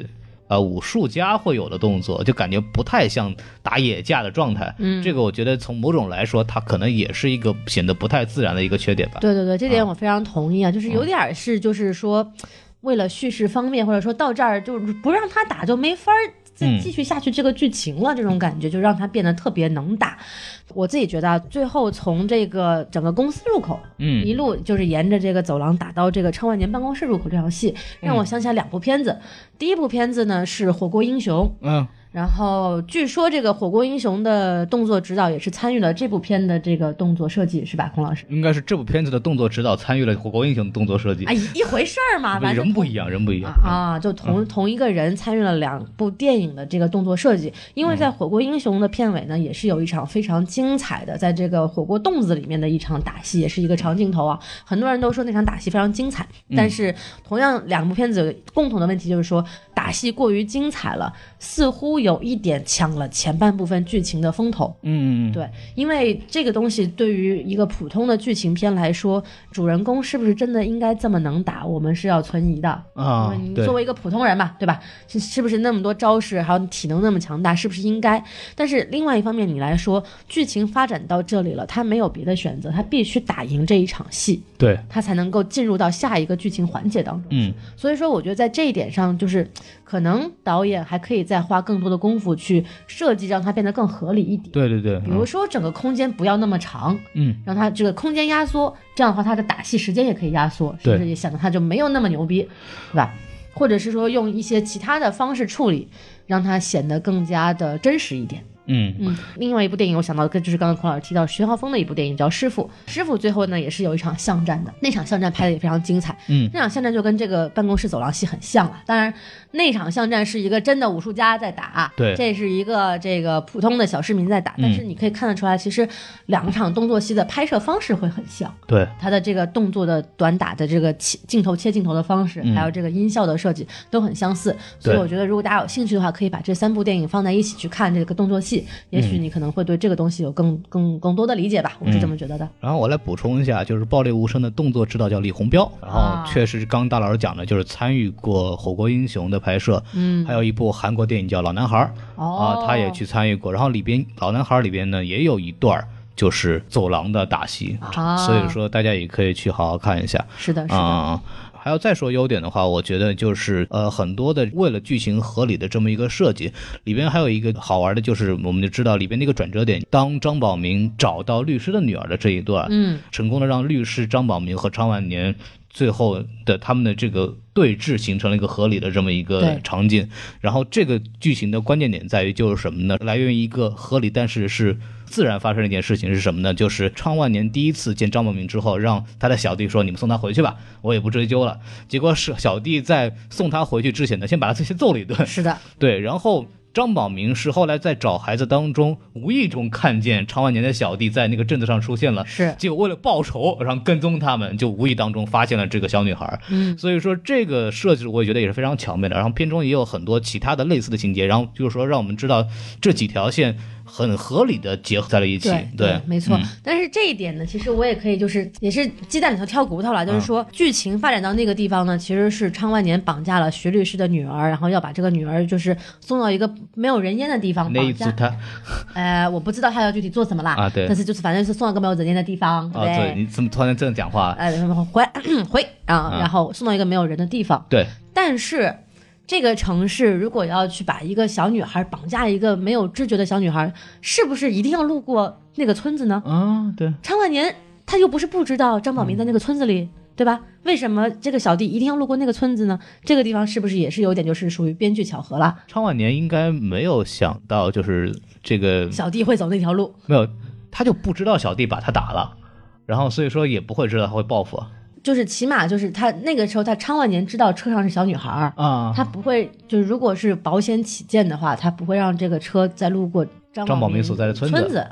武术家会有的动作，就感觉不太像打野架的状态。这个我觉得从某种来说，它可能也是一个显得不太自然的一个缺点吧。 对对对，这点我非常同意啊，就是有点是就是说，为了叙事方面，或者说到这儿就不让他打就没法再继续下去这个剧情了，这种感觉就让他变得特别能打。我自己觉得最后从这个整个公司入口，一路就是沿着这个走廊打到这个昌万年办公室入口这条戏，让我想起来2部片子。第一部片子呢是《火锅英雄》，然后据说这个《火锅英雄》的动作指导也是参与了这部片的这个动作设计，是吧，孔老师？ 应该是这部片子的动作指导参与了《火锅英雄》的动作设计。 一回事儿嘛，反正人不一样，人不一样啊，就同一个人参与了2部电影的这个动作设计。因为在《火锅英雄》的片尾呢，也是有一场非常精彩的，在这个火锅洞子里面的一场打戏，也是一个长镜头啊。很多人都说那场打戏非常精彩，但是同样2部片子有共同的问题，就是说打戏过于精彩了，似乎有一点抢了前半部分剧情的风头。对，因为这个东西对于一个普通的剧情片来说，主人公是不是真的应该这么能打，我们是要存疑的啊。你作为一个普通人嘛，对吧？是不是那么多招式，还有体能那么强大，是不是应该？但是另外一方面，你来说，剧情发展到这里了，他没有别的选择，他必须打赢这一场戏， 对， 他才能够进入到下一个剧情环节当中。所以说，我觉得在这一点上，就是可能导演还可以再花更多的功夫去设计，让它变得更合理一点。 对对对， 比如说整个空间不要那么长，让它这个空间压缩，这样的话它的打戏时间也可以压缩，甚至也显得它就没有那么牛逼，对吧？或者是说用一些其他的方式处理，让它显得更加的真实一点。另外一部电影我想到的就是刚刚孔老师提到徐浩峰的一部电影叫《师傅》，师傅最后呢也是有一场巷战的，那场巷战拍的也非常精彩。那场巷战就跟这个办公室走廊戏很像了，当然那场巷战是一个真的武术家在打， 对， 这是一个这个普通的小市民在打，但是你可以看得出来，其实2场动作戏的拍摄方式会很像， 对， 他的这个动作的短打的这个镜头切镜头的方式，还有这个音效的设计都很相似，所以我觉得如果大家有兴趣的话，可以把这3部电影放在一起去看这个动作戏，也许你可能会对这个东西有更多的理解吧，我是这么觉得的。 然后我来补充一下，就是《爆裂无声》的动作指导叫李红标，然后确实刚大老师讲的，就是参与过《火锅英雄》的拍摄，还有一部韩国电影叫《老男孩》他也去参与过。然后《老男孩》里边呢也有一段就是走廊的打戏，所以说大家也可以去好好看一下。 是的，是的。 还要再说优点的话，我觉得就是很多的为了剧情合理的这么一个设计，里边还有一个好玩的，就是我们就知道里边那个转折点，当张宝明找到律师的女儿的这一段，成功的让律师张宝明和昌万年最后的他们的这个对峙形成了一个合理的这么一个场景。然后这个剧情的关键点在于就是什么呢？来源于一个合理但是自然发生的一件事情是什么呢？就是昌万年第一次见张宝明之后，让他的小弟说你们送他回去吧，我也不追究了。结果是小弟在送他回去之前呢，先把他先揍了一顿。 是的， 对，然后张宝明是后来在找孩子当中无意中看见昌万年的小弟在那个镇子上出现了， 是， 结果为了报仇然后跟踪他们，就无意当中发现了这个小女孩。所以说这个设置我也觉得也是非常巧妙的。然后片中也有很多其他的类似的情节，然后就是说让我们知道这几条线很合理的结合在了一起。对， 没错。但是这一点呢，其实我也可以就是也是鸡蛋里头挑骨头了，就是说剧情发展到那个地方呢，其实是昌万年绑架了徐律师的女儿，然后要把这个女儿就是送到一个没有人烟的地方绑架他。我不知道他要具体做什么啦，对，但是就是反正是送到一个没有人烟的地方。 对，你怎么突然这样讲话？ 回然后送到一个没有人的地方。 对， 但是这个城市如果要去把一个小女孩绑架一个没有知觉的小女孩，是不是一定要路过那个村子呢？ 对， 昌万年他又不是不知道张宝明在那个村子里，对吧？为什么这个小弟一定要路过那个村子呢？这个地方是不是也是有点就是属于编剧巧合了？ 昌万年应该没有想到就是这个小弟会走那条路， 没有，他就不知道小弟把他打了，然后所以说也不会知道他会报复。 就是起码就是他那个时候他昌万年知道车上是小女孩他不会就是如果是保险起见的话，他不会让这个车再路过张宝明所在的村子。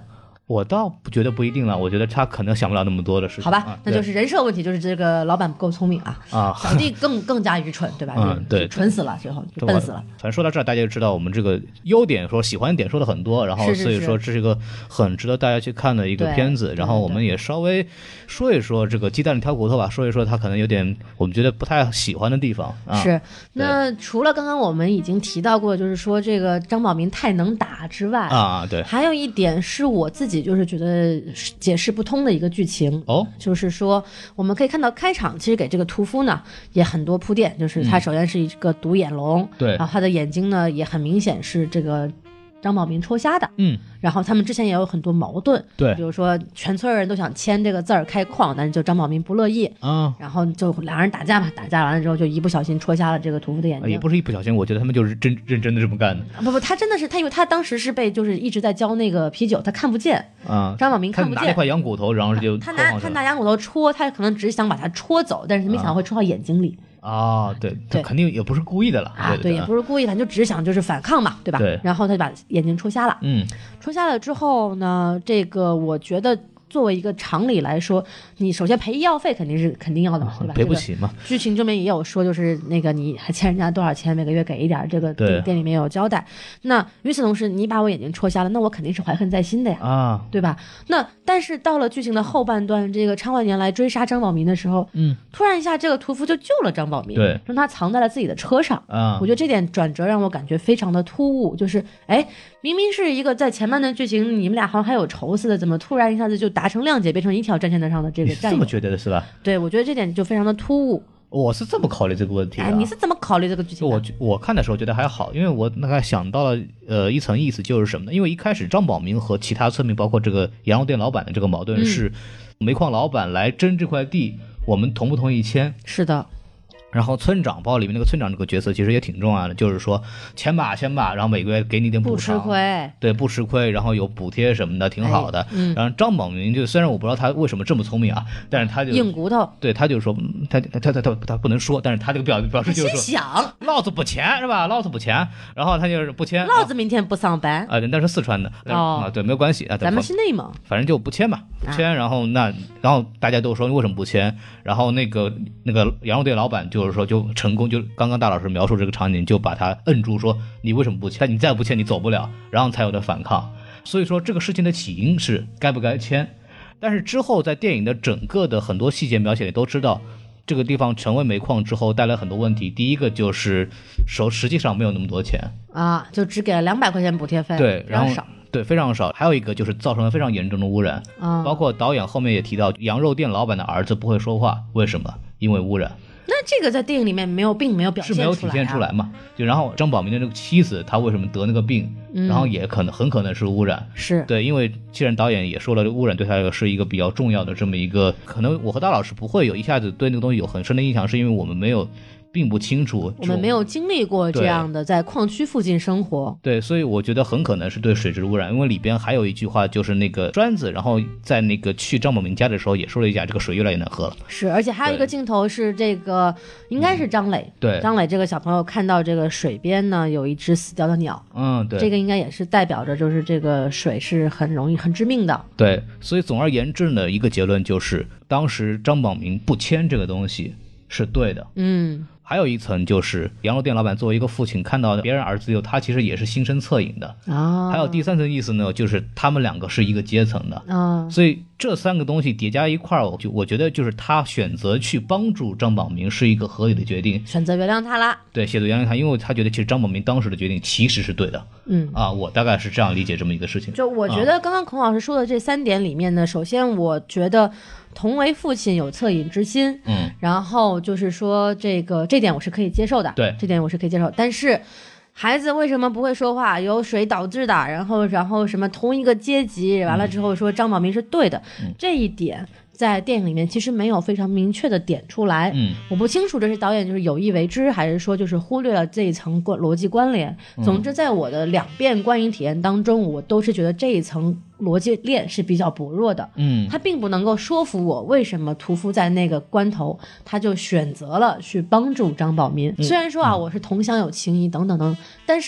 我倒觉得不一定了，我觉得他可能想不了那么多的事情。 好吧，那就是人设问题，就是这个老板不够聪明啊，小弟更加愚蠢，对吧？ 对， 蠢死了，最后就笨死了。 反正说到这儿，大家就知道我们这个优点说喜欢点说的很多，然后所以说这是一个很值得大家去看的一个片子。然后我们也稍微说一说这个鸡蛋里挑骨头吧，说一说他可能有点我们觉得不太喜欢的地方。 是，那除了刚刚我们已经提到过，就是说这个张宝明太能打之外对， 还有一点是我自己就是觉得解释不通的一个剧情就是说我们可以看到开场其实给这个屠夫呢也很多铺垫，就是他首先是一个独眼龙， 对， 然后他的眼睛呢也很明显是这个张宝明戳瞎的，然后他们之前也有很多矛盾， 对， 比如说全村人都想签这个字儿开矿，但是就张宝明不乐意，然后就两人打架嘛，打架完了之后就一不小心戳瞎了这个屠夫的眼睛， 也不是一不小心，我觉得他们就是认真的这么干的。 不，他真的是他，因为他当时是被就是一直在浇那个啤酒，他看不见张宝明看不见， 他拿一块羊骨头，然后就他拿羊骨头戳，他可能只是想把它戳走，但是没想到会戳到眼睛里。 对，他肯定也不是故意的了对，也不是故意，反正就只是想就是反抗嘛，对吧？ 对， 然后他就把眼睛戳瞎了。戳瞎了之后呢，这个我觉得作为一个常理来说，你首先赔医药费肯定要的嘛，对吧？ 赔不起嘛。 剧情这边也有说，就是那个你还欠人家多少钱，每个月给一点，这个店里面有交代。那与此同时，你把我眼睛戳瞎了，那我肯定是怀恨在心的呀，对吧？那但是到了剧情的后半段，这个昌万年来追杀张宝明的时候，突然一下这个屠夫就救了张宝明， 对， 让他藏在了自己的车上。我觉得这点转折让我感觉非常的突兀，就是明明是一个在前半段剧情你们俩好像还有仇似的，怎么突然一下子就达成谅解，变成一条战线上的这个战友？ 你是这么觉得的是吧？ 对，我觉得这点就非常的突兀。 我是这么考虑这个问题的。 你是怎么考虑这个剧情的？ 我看的时候觉得还好，因为我大概想到了一层意思，就是什么呢？因为一开始张宝明和其他村民，包括这个羊肉店老板的这个矛盾是，煤矿老板来争这块地，我们同不同意签？ 是的。 然后村长，包括里面那个村长这个角色其实也挺重要的，就是说签吧，然后每个月给你点补偿， 不吃亏， 对，不吃亏，然后有补贴什么的，挺好的。然后张宝明就虽然我不知道他为什么这么聪明啊，但是他就硬骨头， 对，他就说他不能说，但是他这个表示就是说， 想老子不签是吧？老子不签，然后他就是不签， 老子明天不上班那是四川的对，没有关系咱们是内蒙， 反正就不签吧，不签，然后大家都说你为什么不签？然后那个羊肉店老板就是说就成功，就刚刚大老师描述这个场景，就把他摁住，说你为什么不签？你再不签你走不了，然后才有的反抗。所以说这个事情的起因是该不该签，但是之后在电影的整个的很多细节描写里都知道，这个地方成为煤矿之后带来很多问题。第一个就是实际上没有那么多钱就只给了200块钱补贴费， 对，然后少。 对，非常少。还有一个就是造成了非常严重的污染，包括导演后面也提到，羊肉店老板的儿子不会说话，为什么？因为污染。 那这个在电影里面并没有表现出来， 是没有体现出来嘛？就然后张宝明的那个妻子，她为什么得那个病？然后也很可能是污染， 是对， 因为既然导演也说了，污染对他来说是一个比较重要的这么一个，可能我和大老师不会有一下子对那个东西有很深的印象，是因为我们并不清楚， 我们没有经历过这样的在矿区附近生活， 对，所以我觉得很可能是对水质污染，因为里边还有一句话，就是那个栓子，然后在那个去张宝明家的时候也说了一下，这个水越来越难喝了。 是，而且还有一个镜头是这个应该是张磊， 对， 张磊这个小朋友看到这个水边呢有一只死掉的鸟， 对， 这个应该也是代表着就是这个水是很容易很致命的。 对，所以总而言之呢，一个结论就是当时张宝明不签这个东西是对的。还有一层就是羊肉店老板作为一个父亲，看到别人儿子有他其实也是心生恻隐的还有第三层意思呢，就是他们两个是一个阶层的所以这三个东西叠加一块儿，我觉得就是他选择去帮助张宝明是一个合理的决定， 选择原谅他啦。 对，选择原谅他，因为他觉得其实张宝明当时的决定其实是对的。我大概是这样理解这么一个事情。 就我觉得刚刚孔老师说的这3点里面呢，首先我觉得同为父亲有恻隐之心，然后就是说这点我是可以接受的， 对， 这点我是可以接受，但是孩子为什么不会说话？由水导致的，然后什么同一个阶级，完了之后说张宝明是对的，这一点在电影里面其实没有非常明确的点出来。我不清楚这是导演就是有意为之，还是说就是忽略了这一层逻辑关联。总之在我的2遍观影体验当中，我都是觉得这一层逻辑链是比较薄弱的。他并不能够说服我为什么屠夫在那个关头他就选择了去帮助张宝民。虽然说我是同乡有情谊等等等，但是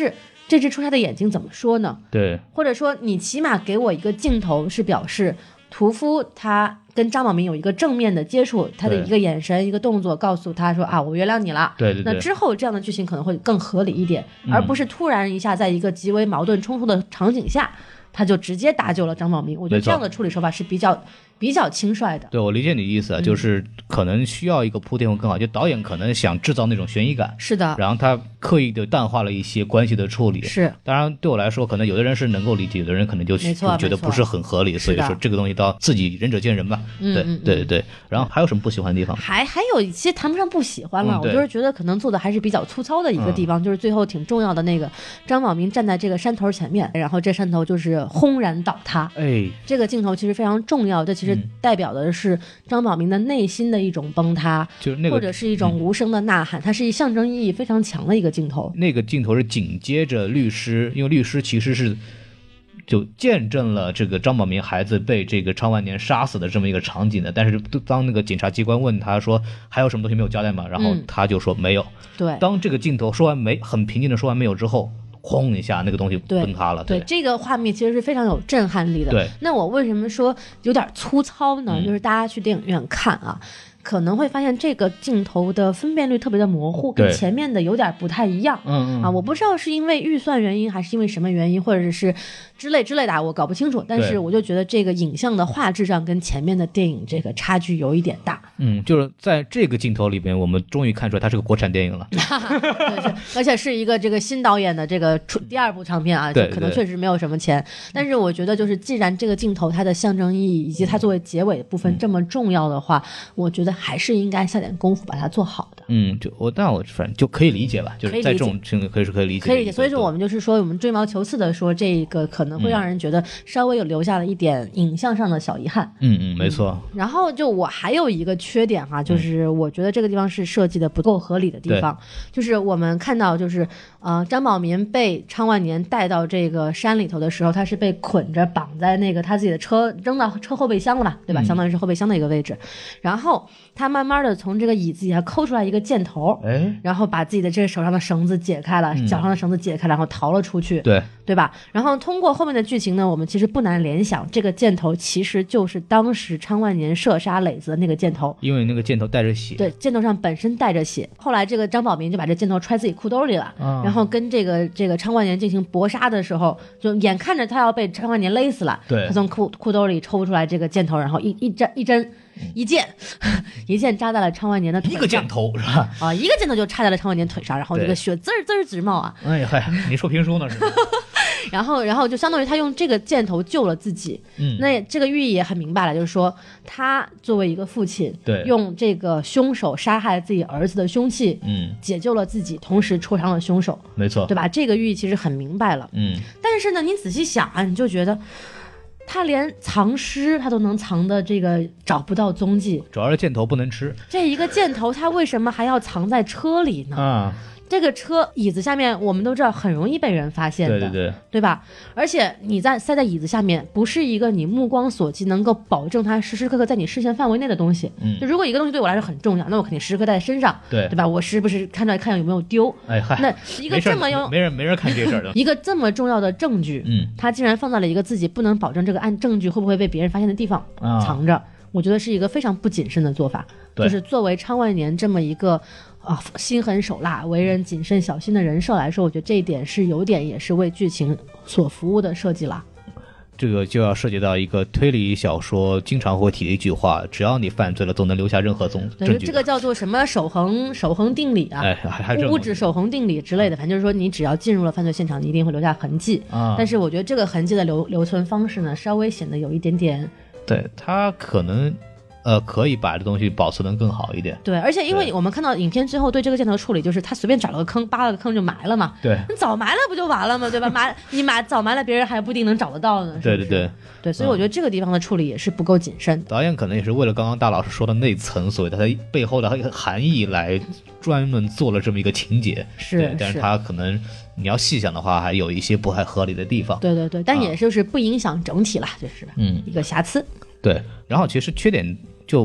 这只出差的眼睛怎么说呢？ 对， 或者说你起码给我一个镜头是表示屠夫他跟张宝明有一个正面的接触，他的一个眼神一个动作告诉他说啊，我原谅你了。 对对对。 那之后这样的剧情可能会更合理一点，而不是突然一下在一个极为矛盾冲突的场景下他就直接搭救了张宝明。我觉得这样的处理手法是比较轻率的。 对，我理解你的意思啊，就是可能需要一个铺垫会更好，就导演可能想制造那种悬疑感， 是的， 然后他刻意的淡化了一些关系的处理。 是， 当然对我来说，可能有的人是能够理解，有的人可能就觉得不是很合理，所以说这个东西到自己仁者见仁吧。对。然后还有什么不喜欢的地方？ 还有一些谈不上不喜欢了，我就是觉得可能做的还是比较粗糙的一个地方，就是最后挺重要的那个张宝明站在这个山头前面，然后这山头就是轰然倒塌。这个镜头其实非常重要，这其实代表的是张宝明的内心的一种崩塌， 就是那个或者是一种无声的呐喊，它是象征意义非常强的一个镜头。 那个镜头是紧接着律师，因为律师其实是就见证了这个张宝明孩子被这个昌万年杀死的这么一个场景的，但是当那个检察机关问他说还有什么东西没有交代吗？然后他就说没有。 对， 当这个镜头说完没，很平静的说完没有之后，轰一下那个东西崩塌了。 对，这个画面其实是非常有震撼力的。 对， 那我为什么说有点粗糙呢？就是大家去电影院看啊，可能会发现这个镜头的分辨率特别的模糊，跟前面的有点不太一样。我不知道是因为预算原因还是因为什么原因，或者是之类的，我搞不清楚。但是我就觉得这个影像的画质上跟前面的电影这个差距有一点大。 就是在这个镜头里边，我们终于看出来它是个国产电影了。 对，而且是一个这个新导演的这个第二部长片啊，就可能确实没有什么钱。但是我觉得就是既然这个镜头它的象征意义以及它作为结尾部分这么重要的话，我觉得还是应该下点功夫把它做好的。 但我反正就可以理解吧，就是在这种情况可以理解。 可以理解，所以说我们就是说，我们追毛求疵的说，这个可能会让人觉得稍微有留下了一点影像上的小遗憾。 没错。 然后就我还有一个缺点哈，就是我觉得这个地方是设计的不够合理的地方，就是我们看到就是张宝民被昌万年带到这个山里头的时候，他是被捆着绑在那个他自己的车扔到车后备箱了吧，对吧？相当于是后备箱的一个位置。然后他慢慢的从这个椅子底下抠出来一个箭头，然后把自己的这个手上的绳子解开了，脚上的绳子解开，然后逃了出去，对吧？然后通过后面的剧情呢，我们其实不难联想，这个箭头其实就是当时昌万年射杀磊子的那个箭头， 因为那个箭头带着血， 对，箭头上本身带着血。后来这个张宝民就把这箭头揣自己裤兜里了，然后跟这个昌万年进行搏杀的时候，就眼看着他要被昌万年勒死了，他从裤兜里抽出来这个箭头，然后一箭扎在了昌万年的腿上， 一个箭头是吧？ 一个箭头就插在了昌万年腿上，然后这个血滋儿直冒啊！ 哎嗨，你说评书呢是吧？ 然后就相当于他用这个箭头救了自己。那这个寓意也很明白了，就是说他作为一个父亲，用这个凶手杀害自己儿子的凶器，解救了自己，同时戳伤了凶手， 没错， 对吧？这个寓意其实很明白了。但是呢，你仔细想啊，你就觉得他连藏尸他都能藏的这个找不到踪迹， 主要是箭头不能吃。 这一个箭头他为什么还要藏在车里呢？这个车椅子下面我们都知道很容易被人发现的，对吧？而且你塞在椅子下面不是一个你目光所及能够保证它时时刻刻在你视线范围内的东西。就如果一个东西对我来说很重要，那我肯定时时刻带在身上，对吧？我时不时看有没有丢。那一个这么没人看这事儿的一个这么重要的证据，他竟然放在了一个自己不能保证这个证据会不会被别人发现的地方藏着，我觉得是一个非常不谨慎的做法。就是作为昌万年这么一个心狠手辣、为人谨慎小心的人设来说，我觉得这一点是有点也是为剧情所服务的设计了。 这个就要涉及到一个推理小说经常会提的一句话：只要你犯罪了，总能留下任何证据。 这个叫做什么守恒定理啊？物质守恒定理之类的，反正就是说你只要进入了犯罪现场，你一定会留下痕迹。但是我觉得这个痕迹的留存方式呢，稍微显得有一点点， 对，它可能可以把这东西保存得更好一点。 对，而且因为我们看到影片最后对这个箭头处理，就是他随便找了个坑，扒了个坑就埋了嘛。 对， 你早埋了不就完了吗？对吧？早埋了，别人还不一定能找得到呢。是不是？对，所以我觉得这个地方的处理也是不够谨慎的。 导演可能也是为了刚刚大老师说的那层所谓的它背后的含义来专门做了这么一个情节。 是， 但是他可能你要细想的话，还有一些不太合理的地方。 对，但也就是不影响整体啦，就是一个瑕疵。 对，然后其实缺点就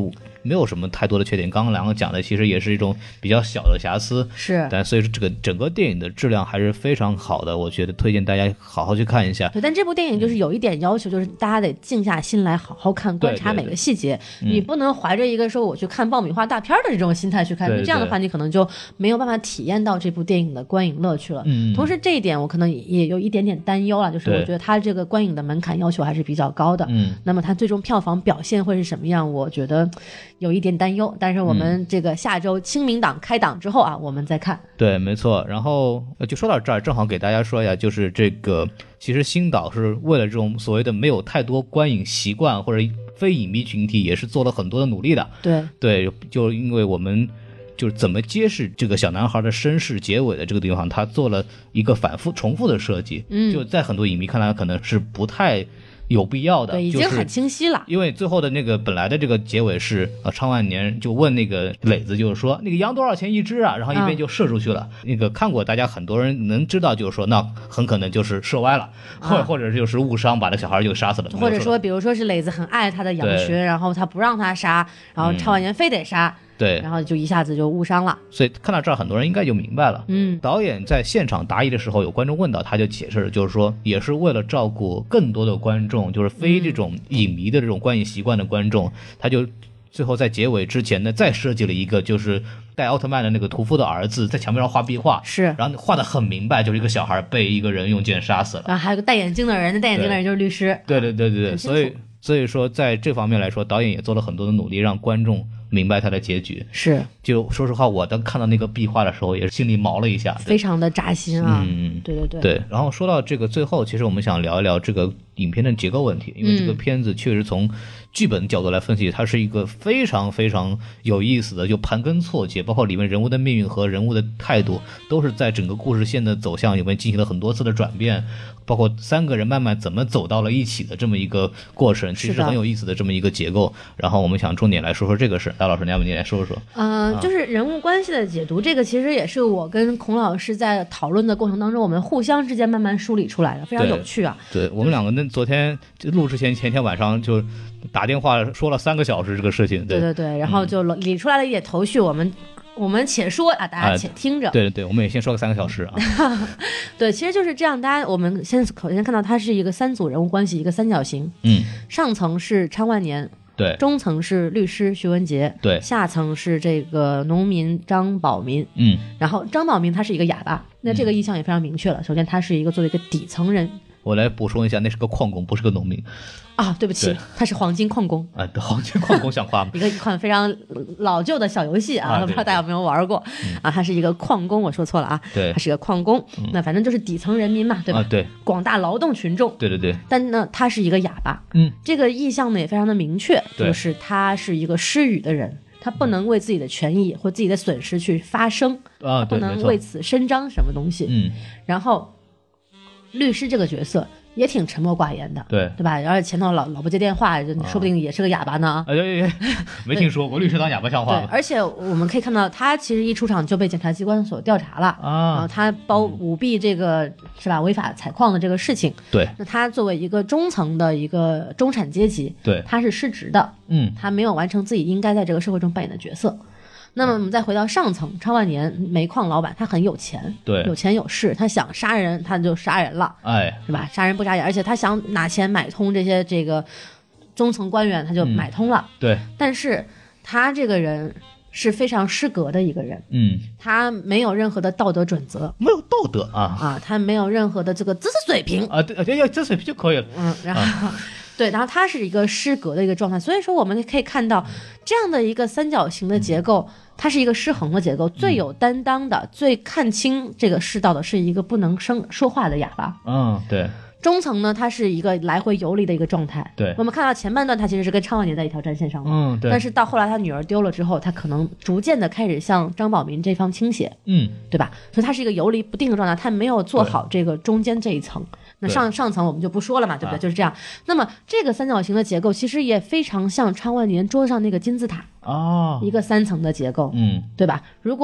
没有什么太多的缺点。刚刚两个讲的其实也是一种比较小的瑕疵， 是， 但所以说这个整个电影的质量还是非常好的，我觉得推荐大家好好去看一下。 对，但这部电影就是有一点要求，就是大家得静下心来好好看，观察每个细节。你不能怀着一个说我去看爆米花大片的这种心态去看，这样的话你可能就没有办法体验到这部电影的观影乐趣了。同时这一点我可能也有一点点担忧了，就是我觉得它这个观影的门槛要求还是比较高的。那么它最终票房表现会是什么样，我觉得有一点担忧。但是我们这个下周清明档开档之后啊，我们再看。 对，没错。然后就说到这儿，正好给大家说一下，就是这个其实星岛是为了这种所谓的没有太多观影习惯或者非影迷群体，也是做了很多的努力的。对，就因为我们就是怎么揭示这个小男孩的身世结尾的这个地方，他做了一个反复重复的设计。就在很多影迷看来可能是不太有必要的， 对，已经很清晰了。 因为最后的那个本来的这个结尾是昌万年就问那个磊子，就是说那个羊多少钱一只啊，然后一边就射出去了。那个看过大家很多人能知道，就是说那很可能就是射歪了，或者就是误伤把那小孩就杀死了， 或者说比如说是磊子很爱他的杨学，然后他不让他杀，然后昌万年非得杀。 对， 然后就一下子就误伤了。 所以看到这儿，很多人应该就明白了。导演在现场答疑的时候，有观众问到，他就解释，就是说也是为了照顾更多的观众，就是非这种影迷的这种观影习惯的观众，他就最后在结尾之前呢，再设计了一个就是带奥特曼的那个屠夫的儿子在墙壁上画壁画， 是， 然后画得很明白，就是一个小孩被一个人用剑杀死了， 然后还有个戴眼镜的人，那戴眼镜的人就是律师。 对，所以说在这方面来说，导演也做了很多的努力，让观众明白他的结局。 是， 就说实话，我当看到那个壁画的时候，也是心里毛了一下， 非常的扎心啊。对。 然后说到这个最后，其实我们想聊一聊这个影片的结构问题，因为这个片子确实从剧本角度来分析，它是一个非常非常有意思的，就盘根错节，包括里面人物的命运和人物的态度，都是在整个故事线的走向里面进行了很多次的转变，包括三个人慢慢怎么走到了一起的这么一个过程，其实很有意思的这么一个结构。然后我们想重点来说说这个事，大老师，要不你来说说？ 就是人物关系的解读，这个其实也是我跟孔老师在讨论的过程当中，我们互相之间慢慢梳理出来的，非常有趣啊。 对，我们两个昨天录之前前天晚上就打电话说了3个小时这个事情。对， 然后就理出来了一点头绪，我们且说啊，大家且听着。 对，我们也先说个3个小时啊。 对，其实就是这样，我们首先看到它是一个3组人物关系，一个三角形。上层是昌万年。 对， 中层是律师徐文杰， 对， 下层是这个农民张宝民，然后张宝民他是一个哑巴，那这个意向也非常明确了。首先他是一个作为一个底层人， 我来补充一下，那是个矿工，不是个农民啊，对不起，他是黄金矿工啊，黄金矿工像话吗？ 一款非常老旧的小游戏啊，不知道大家有没有玩过啊？他是一个矿工，我说错了啊， 对， 他是个矿工，那反正就是底层人民嘛，对吧？ 对， 广大劳动群众， 对。 但呢，他是一个哑巴，这个意向呢也非常的明确，就是他是一个失语的人。他不能为自己的权益或自己的损失去发声啊， 不能为此伸张什么东西。然后律师这个角色也挺沉默寡言的，对吧？而且前头老不接电话，说不定也是个哑巴呢。 没听说过律师当哑巴像话吗？ 对，而且我们可以看到，他其实一出场就被检察机关所调查了然后他舞弊这个是吧，违法采矿的这个事情。 对， 那他作为一个中层的一个中产阶级， 对， 他是失职的，他没有完成自己应该在这个社会中扮演的角色。那么我们再回到上层，昌万年煤矿老板，他很有钱， 对， 有钱有势，他想杀人他就杀人了，是吧？杀人不眨眼，而且他想拿钱买通这个中层官员，他就买通了， 对。 但是他这个人是非常失格的一个人，他没有任何的道德准则， 没有道德啊， 他没有任何的这个知识水平啊，对，要知识水平就可以了， 然后。对，然后它是一个失格的一个状态，所以说我们可以看到这样的一个三角形的结构，它是一个失衡的结构。最有担当的、最看清这个世道的是一个不能说话的哑巴。 对。 中层呢，它是一个来回游离的一个状态。 对， 我们看到前半段，他其实是跟昌万年在一条战线上的。 对。 但是到后来他女儿丢了之后，他可能逐渐的开始向张宝民这方倾斜。对吧？所以他是一个游离不定的状态，他没有做好这个中间这一层。那上层我们就不说了嘛，对不对？就是这样。那么这个三角形的结构其实也非常像昌万年桌上那个金字塔一个3层的结构，对吧？如果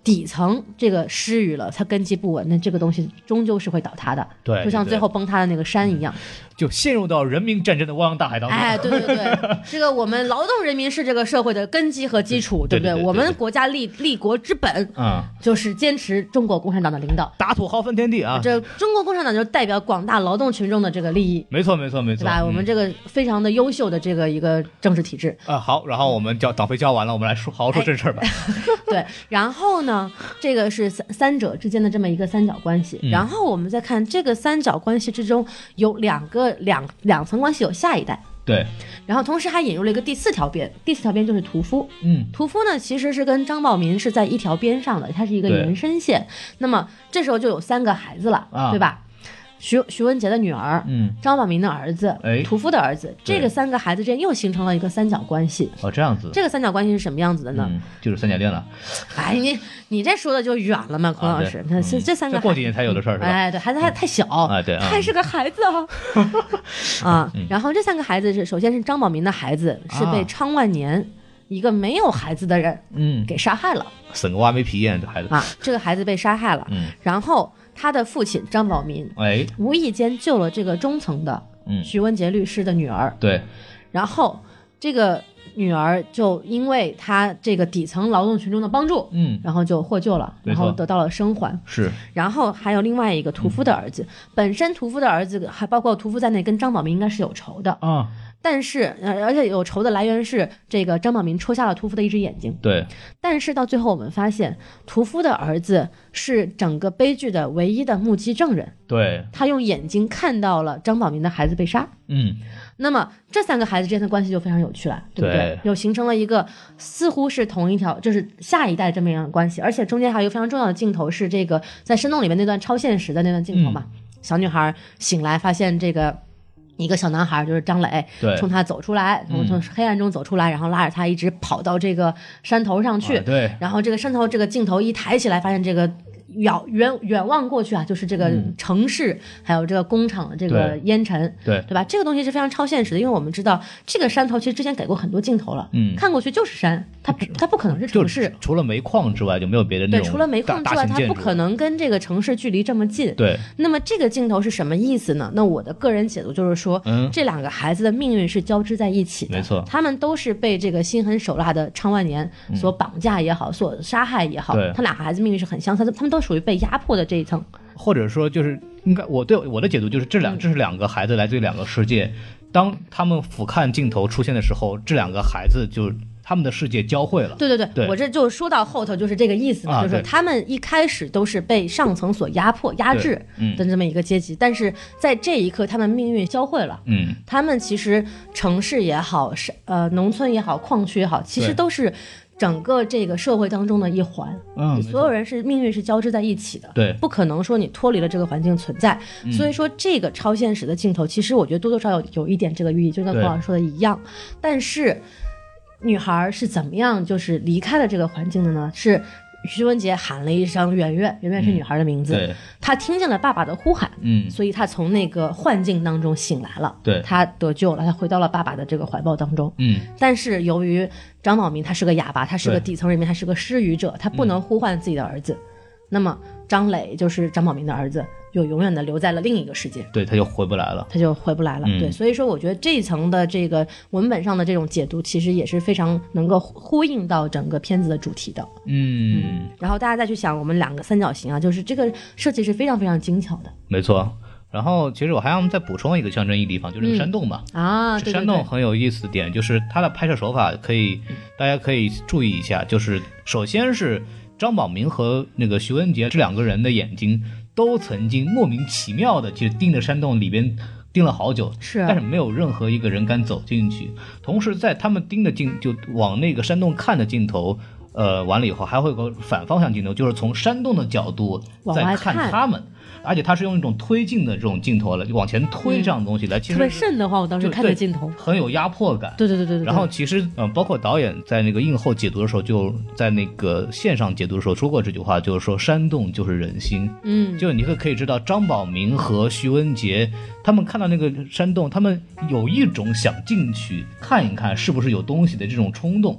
底层这个失语了，它根基不稳，那这个东西终究是会倒塌的。 对， 就像最后崩塌的那个山一样， 就陷入到人民战争的汪洋大海当中。 哎，对对对，这个我们劳动人民是这个社会的根基和基础，对不对？我们国家立国之本，就是坚持中国共产党的领导， 打土豪分天地啊！ 这中国共产党就代表广大劳动群众的这个利益。 没错，没错，没错， 对吧？我们这个非常的优秀的这个一个政治体制。 好，然后我们党费交完了，我们来好好说正事儿吧。 对，然后呢，这个是三者之间的这么一个三角关系。然后我们再看这个三角关系之中有两层关系，有下一代。 对， 然后同时还引入了一个第四条边就是屠夫。屠夫呢其实是跟张宝民是在一条边上的，它是一个延伸线。那么这时候就有3个孩子了，对吧？徐文杰的女儿，张宝民的儿子，屠夫的儿子，这个3个孩子之间又形成了一个三角关系。 这样子。 这个三角关系是什么样子的呢？ 就是三角恋了。 哎，你这说的就远了嘛，孔老师。这3个过几年才有的事儿是吧？ 哎，对，孩子还太小啊， 对， 他还是个孩子啊。然后这3个孩子首先是张宝民的孩子，是被昌万年一个没有孩子的人，给杀害了。 省个挖煤皮眼，这孩子啊，这个孩子被杀害了。然后他的父亲张宝民，无意间救了这个中层的徐文杰律师的女儿。 对， 然后这个女儿就因为他这个底层劳动群众的帮助，然后就获救了，然后得到了生还。 是。 然后还有另外一个屠夫的儿子，本身屠夫的儿子还包括屠夫在内，跟张宝民应该是有仇的啊。但是而且有仇的来源是这个张宝民戳瞎了屠夫的一只眼睛。 对。 但是到最后我们发现，屠夫的儿子是整个悲剧的唯一的目击证人。 对。 他用眼睛看到了张宝民的孩子被杀。那么这3个孩子之间的关系就非常有趣了，对不对？又形成了一个似乎是同一条，就是下一代这么样的关系。而且中间还有一个非常重要的镜头，是这个在山洞里面那段超现实的那段镜头嘛。小女孩醒来发现这个一个小男孩就是张磊，冲他走出来，从黑暗中走出来，然后拉着他一直跑到这个山头上去。 对。 然后这个山头这个镜头一抬起来，发现这个远望过去啊，就是这个城市，还有这个工厂的这个烟尘，对吧？这个东西是非常超现实的，因为我们知道这个山头其实之前给过很多镜头了，看过去就是山，它不可能是城市， 除了煤矿之外就没有别的那种。 对，除了煤矿之外，它不可能跟这个城市距离这么近。 对。 那么这个镜头是什么意思呢？那我的个人解读就是说，这2个孩子的命运是交织在一起的， 没错， 他们都是被这个心狠手辣的昌万年所绑架也好，所杀害也好，他2个孩子命运是很相似的，他们都属于被压迫的这一层。 或者说就是应该我的解读就是这是2个孩子来自于2个世界，当他们俯瞰镜头出现的时候，这2个孩子就他们的世界交汇了。 对，我这就说到后头就是这个意思嘛，就是他们一开始都是被上层所压迫压制的这么一个阶级，但是在这一刻他们命运交汇了。他们其实城市也好，农村也好，矿区也好，其实都是整个这个社会当中的一环，所有人是命运是交织在一起的， 对， 不可能说你脱离了这个环境存在。所以说这个超现实的镜头，其实我觉得多多少少有一点这个寓意，就跟孔老师说的一样。但是女孩是怎么样就是离开了这个环境的呢？是徐文杰喊了一声圆圆，圆圆是女孩的名字，她听见了爸爸的呼喊，所以她从那个幻境当中醒来了，她得救了，她回到了爸爸的这个怀抱当中。但是由于张宝民他是个哑巴，他是个底层人民，他是个失语者，他不能呼唤自己的儿子，那么张磊就是张宝民的儿子，就永远的留在了另一个世界， 对，他就回不来了， 对，所以说我觉得这一层的这个文本上的这种解读，其实也是非常能够呼应到整个片子的主题的。然后大家再去想我们2个三角形啊，就是这个设计是非常非常精巧的， 没错。然后其实我还要再补充一个象征意义地方，就是这个山洞嘛。 对， 山洞很有意思的点就是它的拍摄手法大家可以注意一下，就是首先是张宝民和那个徐文杰这2个人的眼睛都曾经莫名其妙的就盯着山洞里边盯了好久，但是没有任何一个人敢走进去。同时在他们盯的就往那个山洞看的镜头完了以后，还会有个反方向镜头，就是从山洞的角度在看他们，而且他是用一种推进的这种镜头来往前推这样的东西来，其实特别瘆得慌。我当时看这镜头很有压迫感。 对。 然后其实包括导演在那个映后解读的时候，就在那个线上解读的时候说过这句话，就是说山洞就是人心。就你可以知道张宝民和徐文杰他们看到那个山洞，他们有一种想进去看一看是不是有东西的这种冲动。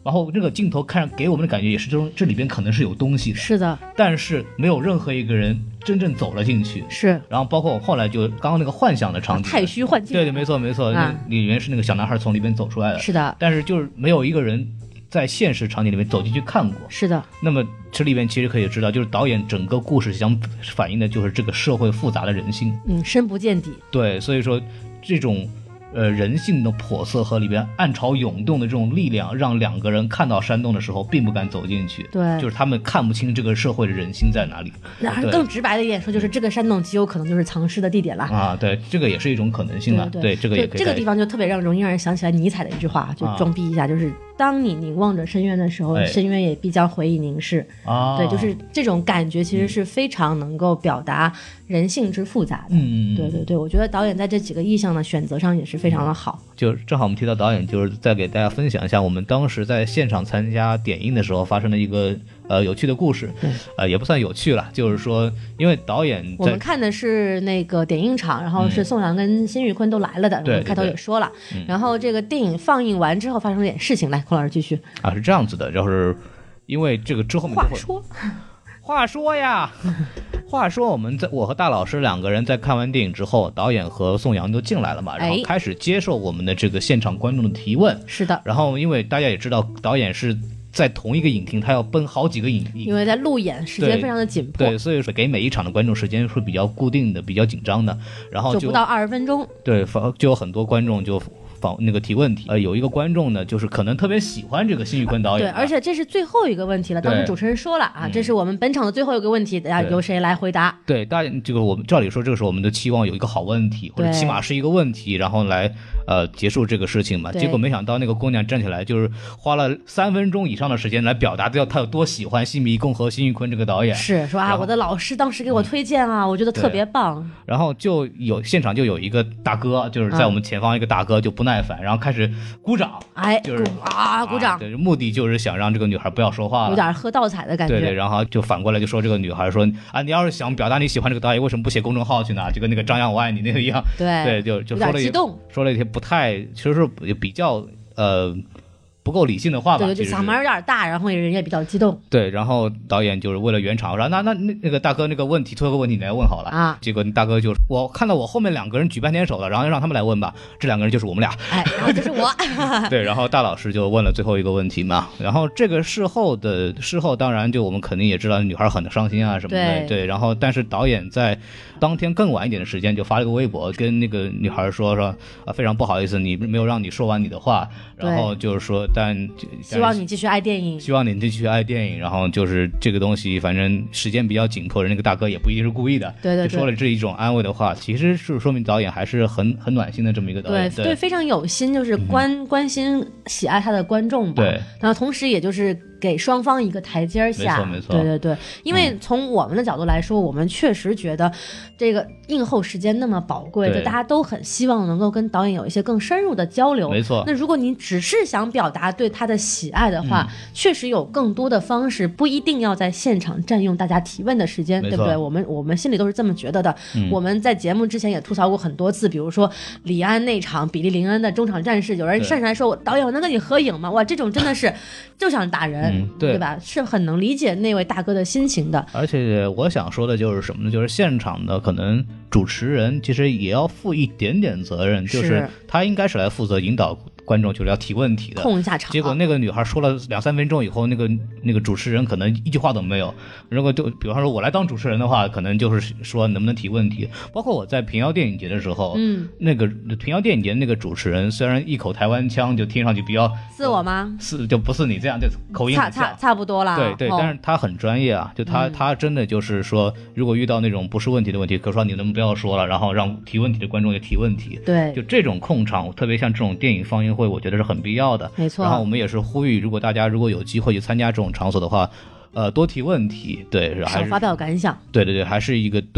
然后这个镜头看给我们的感觉也是这里边可能是有东西的， 是的， 但是没有任何一个人真正走了进去。 是， 然后包括我后来就刚刚那个幻想的场景， 太虚幻境， 对，没错，那里面是那个小男孩从里边走出来的， 是的， 但是就是没有一个人在现实场景里面走进去看过， 是的。 那么这里边其实可以知道，就是导演整个故事想反映的就是这个社会复杂的人性， 深不见底。对， 所以说这种人性的叵测和里边暗潮涌动的这种力量，让两个人看到山洞的时候并不敢走进去。 对， 就是他们看不清这个社会的人性在哪里。 更直白的一点说，就是这个山洞极有可能就是藏尸的地点了啊！对，这个也是一种可能性了。对，这个也可以。 这个地方就特别容易让人想起来尼采的一句话，就装逼一下，就是当你凝望着深渊的时候，深渊也必将回以凝视。对，就是这种感觉其实是非常能够表达人性之复杂的。对，我觉得导演在这几个意象的选择上也是非常的好。 就正好我们提到导演，就是再给大家分享一下我们当时在现场参加点映的时候发生的一个有趣的故事。也不算有趣了，就是说因为导演我们看的是那个点映场，然后是宋阳跟辛玉坤都来了的，我们开头也说了。然后这个电影放映完之后发生了点事情，来孔老师继续。 是这样子的，就是因为这个之后话说呀，我和大老师两个人在看完电影之后，导演和宋阳就进来了嘛，然后开始接受我们的这个现场观众的提问。 是的。 然后因为大家也知道，导演是在同一个影厅，他要奔好几个影， 因为在路演时间非常的紧迫， 对，所以说给每一场的观众时间是比较固定的，比较紧张的，然后就不到20分钟， 对，就有很多观众就那个提问题。有一个观众呢，就是可能特别喜欢这个辛玉坤导演， 对，而且这是最后一个问题了。当时主持人说了啊，这是我们本场的最后一个问题，由谁来回答？ 对，大家这个我们照理说，这个是我们的期望有一个好问题，或者起码是一个问题，然后来结束这个事情嘛。结果没想到那个姑娘站起来，就是花了3分钟以上的时间来表达掉她有多喜欢辛迷宫和辛玉坤这个导演。 是说我的老师当时给我推荐我觉得特别棒。 然后现场就有一个大哥，就是在我们前方一个大哥就不耐烦，然后开始鼓掌，就是鼓掌， 对，目的就是想让这个女孩不要说话了， 有点喝倒彩的感觉。 对，然后就反过来就说这个女孩说你要是想表达你喜欢这个导演，为什么不写公众号去呢？就跟那个张扬我爱你那个一样。对，就说了一些不太，其实是也比较不够理性的话吧， 对，嗓门有点大，然后人也比较激动。对， 然后导演就是为了圆场，说那个大哥那个问题，最后一个问题你来问好了啊。结果大哥就我看到我后面2个人举半天手了，然后让他们来问吧，这2个人就是我们俩， 然后就是我。 对，然后大老师就问了最后一个问题嘛，然后这个事后当然就我们肯定也知道女孩很伤心啊什么的，对，然后但是导演在当天更晚一点的时间就发了个微博跟那个女孩说非常不好意思，你没有让你说完你的话，然后就是说希望你继续爱电影， 然后就是这个东西反正时间比较紧迫，那个大哥也不一定是故意的， 对， 就说了这一种安慰的话，其实是说明导演还是很暖心的这么一个导演， 对，非常有心，就是关心喜爱他的观众吧， 对， 然后同时也就是给双方一个台阶下， 没错， 对，因为从我们的角度来说，我们确实觉得这个映后时间那么宝贵，就大家都很希望能够跟导演有一些更深入的交流， 没错。 那如果你只是想表达对他的喜爱的话，确实有更多的方式，不一定要在现场占用大家提问的时间，对不对？我们心里都是这么觉得的。我们在节目之前也吐槽过很多次，比如说李安那场比利林恩的中场战事，有人上来说导演我能跟你合影吗？哇，这种真的是就想打人，对吧？是很能理解那位大哥的心情的。 而且我想说的就是什么呢？就是现场的可能主持人其实也要负一点点责任，就是他应该是来负责引导观众就是要提问题的， 控一下场。 结果那个女孩说了2-3分钟以后，那个主持人可能一句话都没有。如果就比方说我来当主持人的话，可能就是说能不能提问题。包括我在平遥电影节的时候，那个平遥电影节那个主持人虽然一口台湾腔，就听上去比较是我吗？ 就不是你这样，就口音差不多啦。 对，但是他很专业啊，就他真的就是说，如果遇到那种不是问题的问题，可说你能不能不要说了，然后让提问题的观众也提问题。 对， 就这种控场，特别像这种电影放映会，我觉得是很必要的。 没错。 然后我们也是呼吁，如果大家有机会去参加这种场所的话，多提问题，对， 少发表感想。 对，还是一个对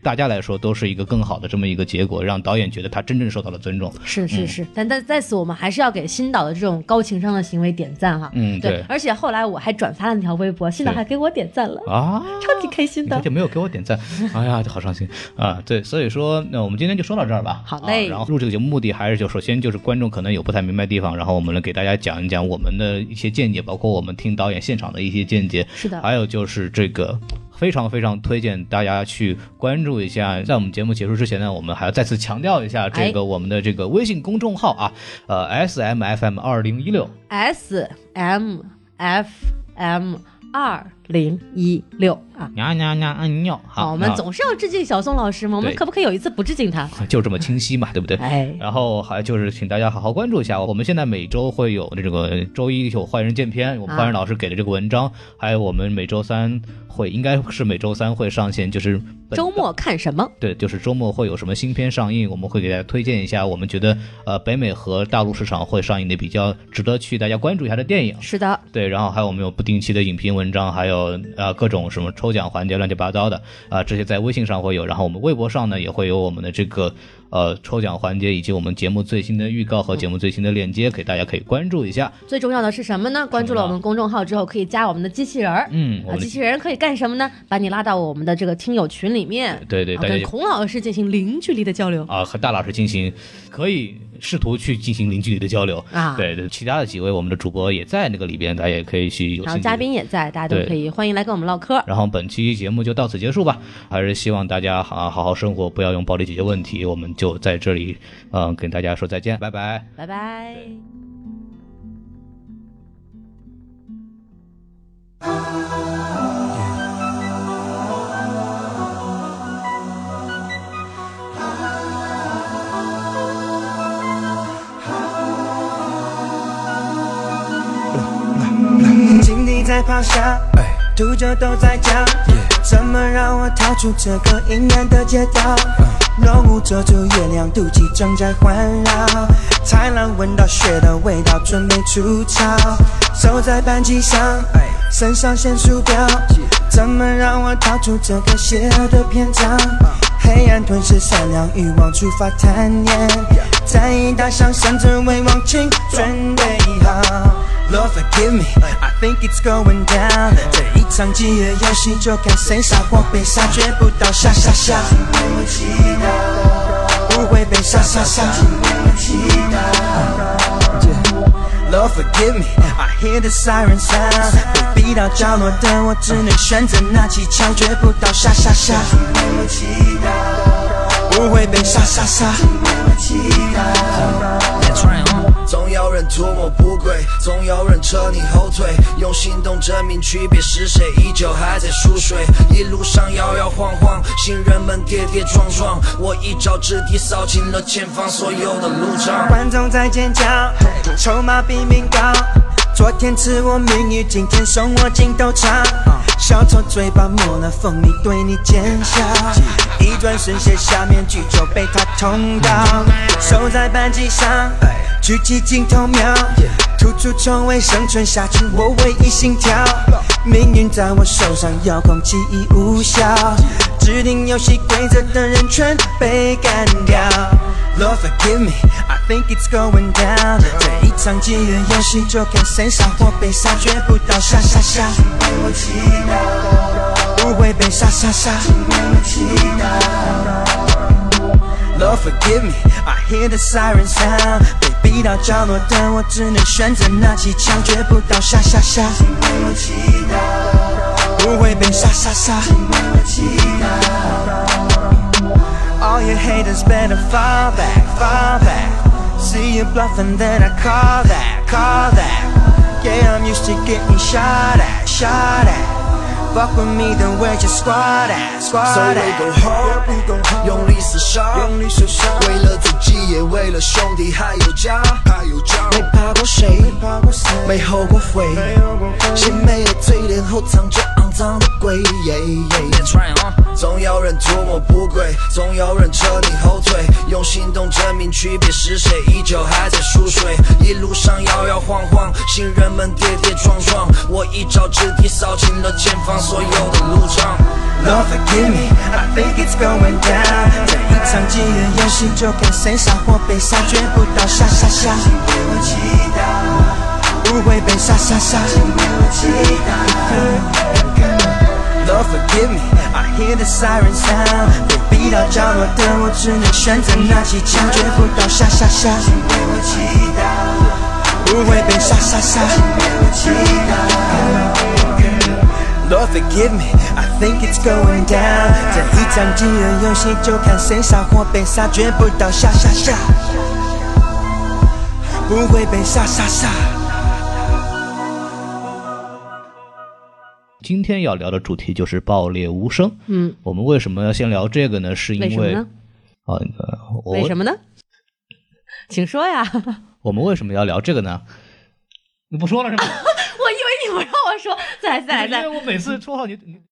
大家来说都是一个更好的这么一个结果，让导演觉得他真正受到了尊重。 是，但在此我们还是要给新导的这种高情商的行为点赞哈。对，而且后来我还转发了那条微博，新导还给我点赞了啊，超级开心的。 就没有给我点赞，哎呀，好伤心啊！对，所以说那我们今天就说到这儿吧。 好嘞。 然后录这个节目目的还是首先就是观众可能有不太明白的地方，然后我们来给大家讲一讲我们的一些见解，包括我们听导演现场的一些见解。 是的。 还有就是这个非常非常推荐大家去关注一下，在我们节目结束之前呢，我们还要再次强调一下这个我们的这个微信公众号啊，SMFM2016 SMFM2016啊， 好，我们总是要致敬小宋老师嘛，我们可不可以有一次不致敬他？ 就这么清晰嘛，对不对？然后还就是请大家好好关注一下，我们现在每周会有这个周一有坏人见片，我们坏人老师给的这个文章，还有我们每周三应该是每周三会上线，就是周末看什么？ 对，就是周末会有什么新片上映，我们会给大家推荐一下我们觉得北美和大陆市场会上映的比较值得去大家关注一下的电影。 是的， 对，然后还有我们有不定期的影评文章，还有各种什么抽奖环节乱七八糟的这些在微信上会有，然后我们微博上呢也会有我们的这个抽奖环节，以及我们节目最新的预告和节目最新的链接，给大家可以关注一下。 最重要的是什么呢？关注了我们公众号之后，可以加我们的机器人机器人可以干什么呢？把你拉到我们的这个听友群里面， 对， 跟孔老师进行零距离的交流和大老师可以试图去进行零距离的交流啊。对，其他的几位我们的主播也在那个里边，大家也可以去有兴趣，然后嘉宾也在，大家都可以欢迎来跟我们唠嗑。 然后本期节目就到此结束吧，还是希望大家好好生活，不要用暴力解决问题。我们就在这里跟大家说再见，拜拜， 拜拜。 井底在咆哮，读者都在讲，怎么让我逃出这个阴暗的街道？浓雾遮住月亮，妒忌正在环绕，豺狼闻到血的味道，准备出巢。守在扳机上，肾上腺素飙，怎么让我逃出这个邪恶的篇章？黑暗吞噬善良欲望，出发探验，在意大象甚至为忘情准备好。Lord forgive me, I think it's going down。 这一场饥饿游戏，就看谁杀或被杀，绝不到杀杀杀。为我祈祷，不会被杀杀杀。为我祈祷。Lord forgive me, I hear the siren sound。 被逼到角落的我，只能选择拿起枪，绝不到杀杀杀。为我祈祷，不会被杀杀杀。为我祈祷。总有人图谋不轨，总有人扯你后腿，用行动证明区别是谁，依旧还在熟睡。一路上摇摇晃晃，行人们跌跌撞撞，我一招之地扫尽了前方所有的路障。观众在尖叫，筹码比命高，昨天赐我命运，今天送我进斗场。小丑嘴巴抹了蜂蜜，对你奸笑，一转身卸下面具就被他捅倒。守在扳机上，举起镜头瞄，突出从未生存下去，我唯一心跳。命运在我手上，遥控器已无效，制定游戏规则的人全被干掉。Lord forgive me, I think it's going down。 这一场饥饿游戏，就看谁杀或被杀，绝不到杀杀杀。为我祈祷，不会被杀杀杀。为我祈祷。Lord forgive me, I hear the siren sound。 被逼到角落的我，只能选择拿起枪，绝不到杀杀杀。为我祈祷，不会被杀杀杀。为我祈祷。All your haters better fall back, fall back. See you bluffing, then I call that, call that. Yeah, I'm used to getting shot at, shot at. Fuck with me, then where you squad at, squad at. So we go hard, 用力厮杀，为了自己也为了兄弟还有家，没怕过谁，没后过悔，谁没有嘴脸后藏着肮脏的鬼。总有人图谋不轨，总有人扯你后腿，用行动证明名区别是谁依旧还在熟睡，一路上摇摇晃晃，行人们跌跌撞撞，我一招之地扫清了前方所有的路障。Lord forgive me, I think it's going down。 这一场饥饿游戏就看谁杀或被杀，绝不到下下下，请为我祈祷，不会被杀杀杀，请为我祈祷。Lord forgive me, I hear the siren sound。 被逼到角落的我只能选择拿起枪，绝不到下下下，请为我祈祷，不会被杀杀杀，请为我祈祷。Lord forgive me, I think it's going down。 这一场饥饿游戏就看谁杀或被杀，绝不到下下下，不会被杀杀杀。 今天要聊的主题就是爆裂无声。我们为什么要先聊这个呢？是因为为什么呢？为什么呢？请说呀。 我们为什么要聊这个呢？你不说了是吗？ 我以为你不让我说，再来。 因为我每次说好你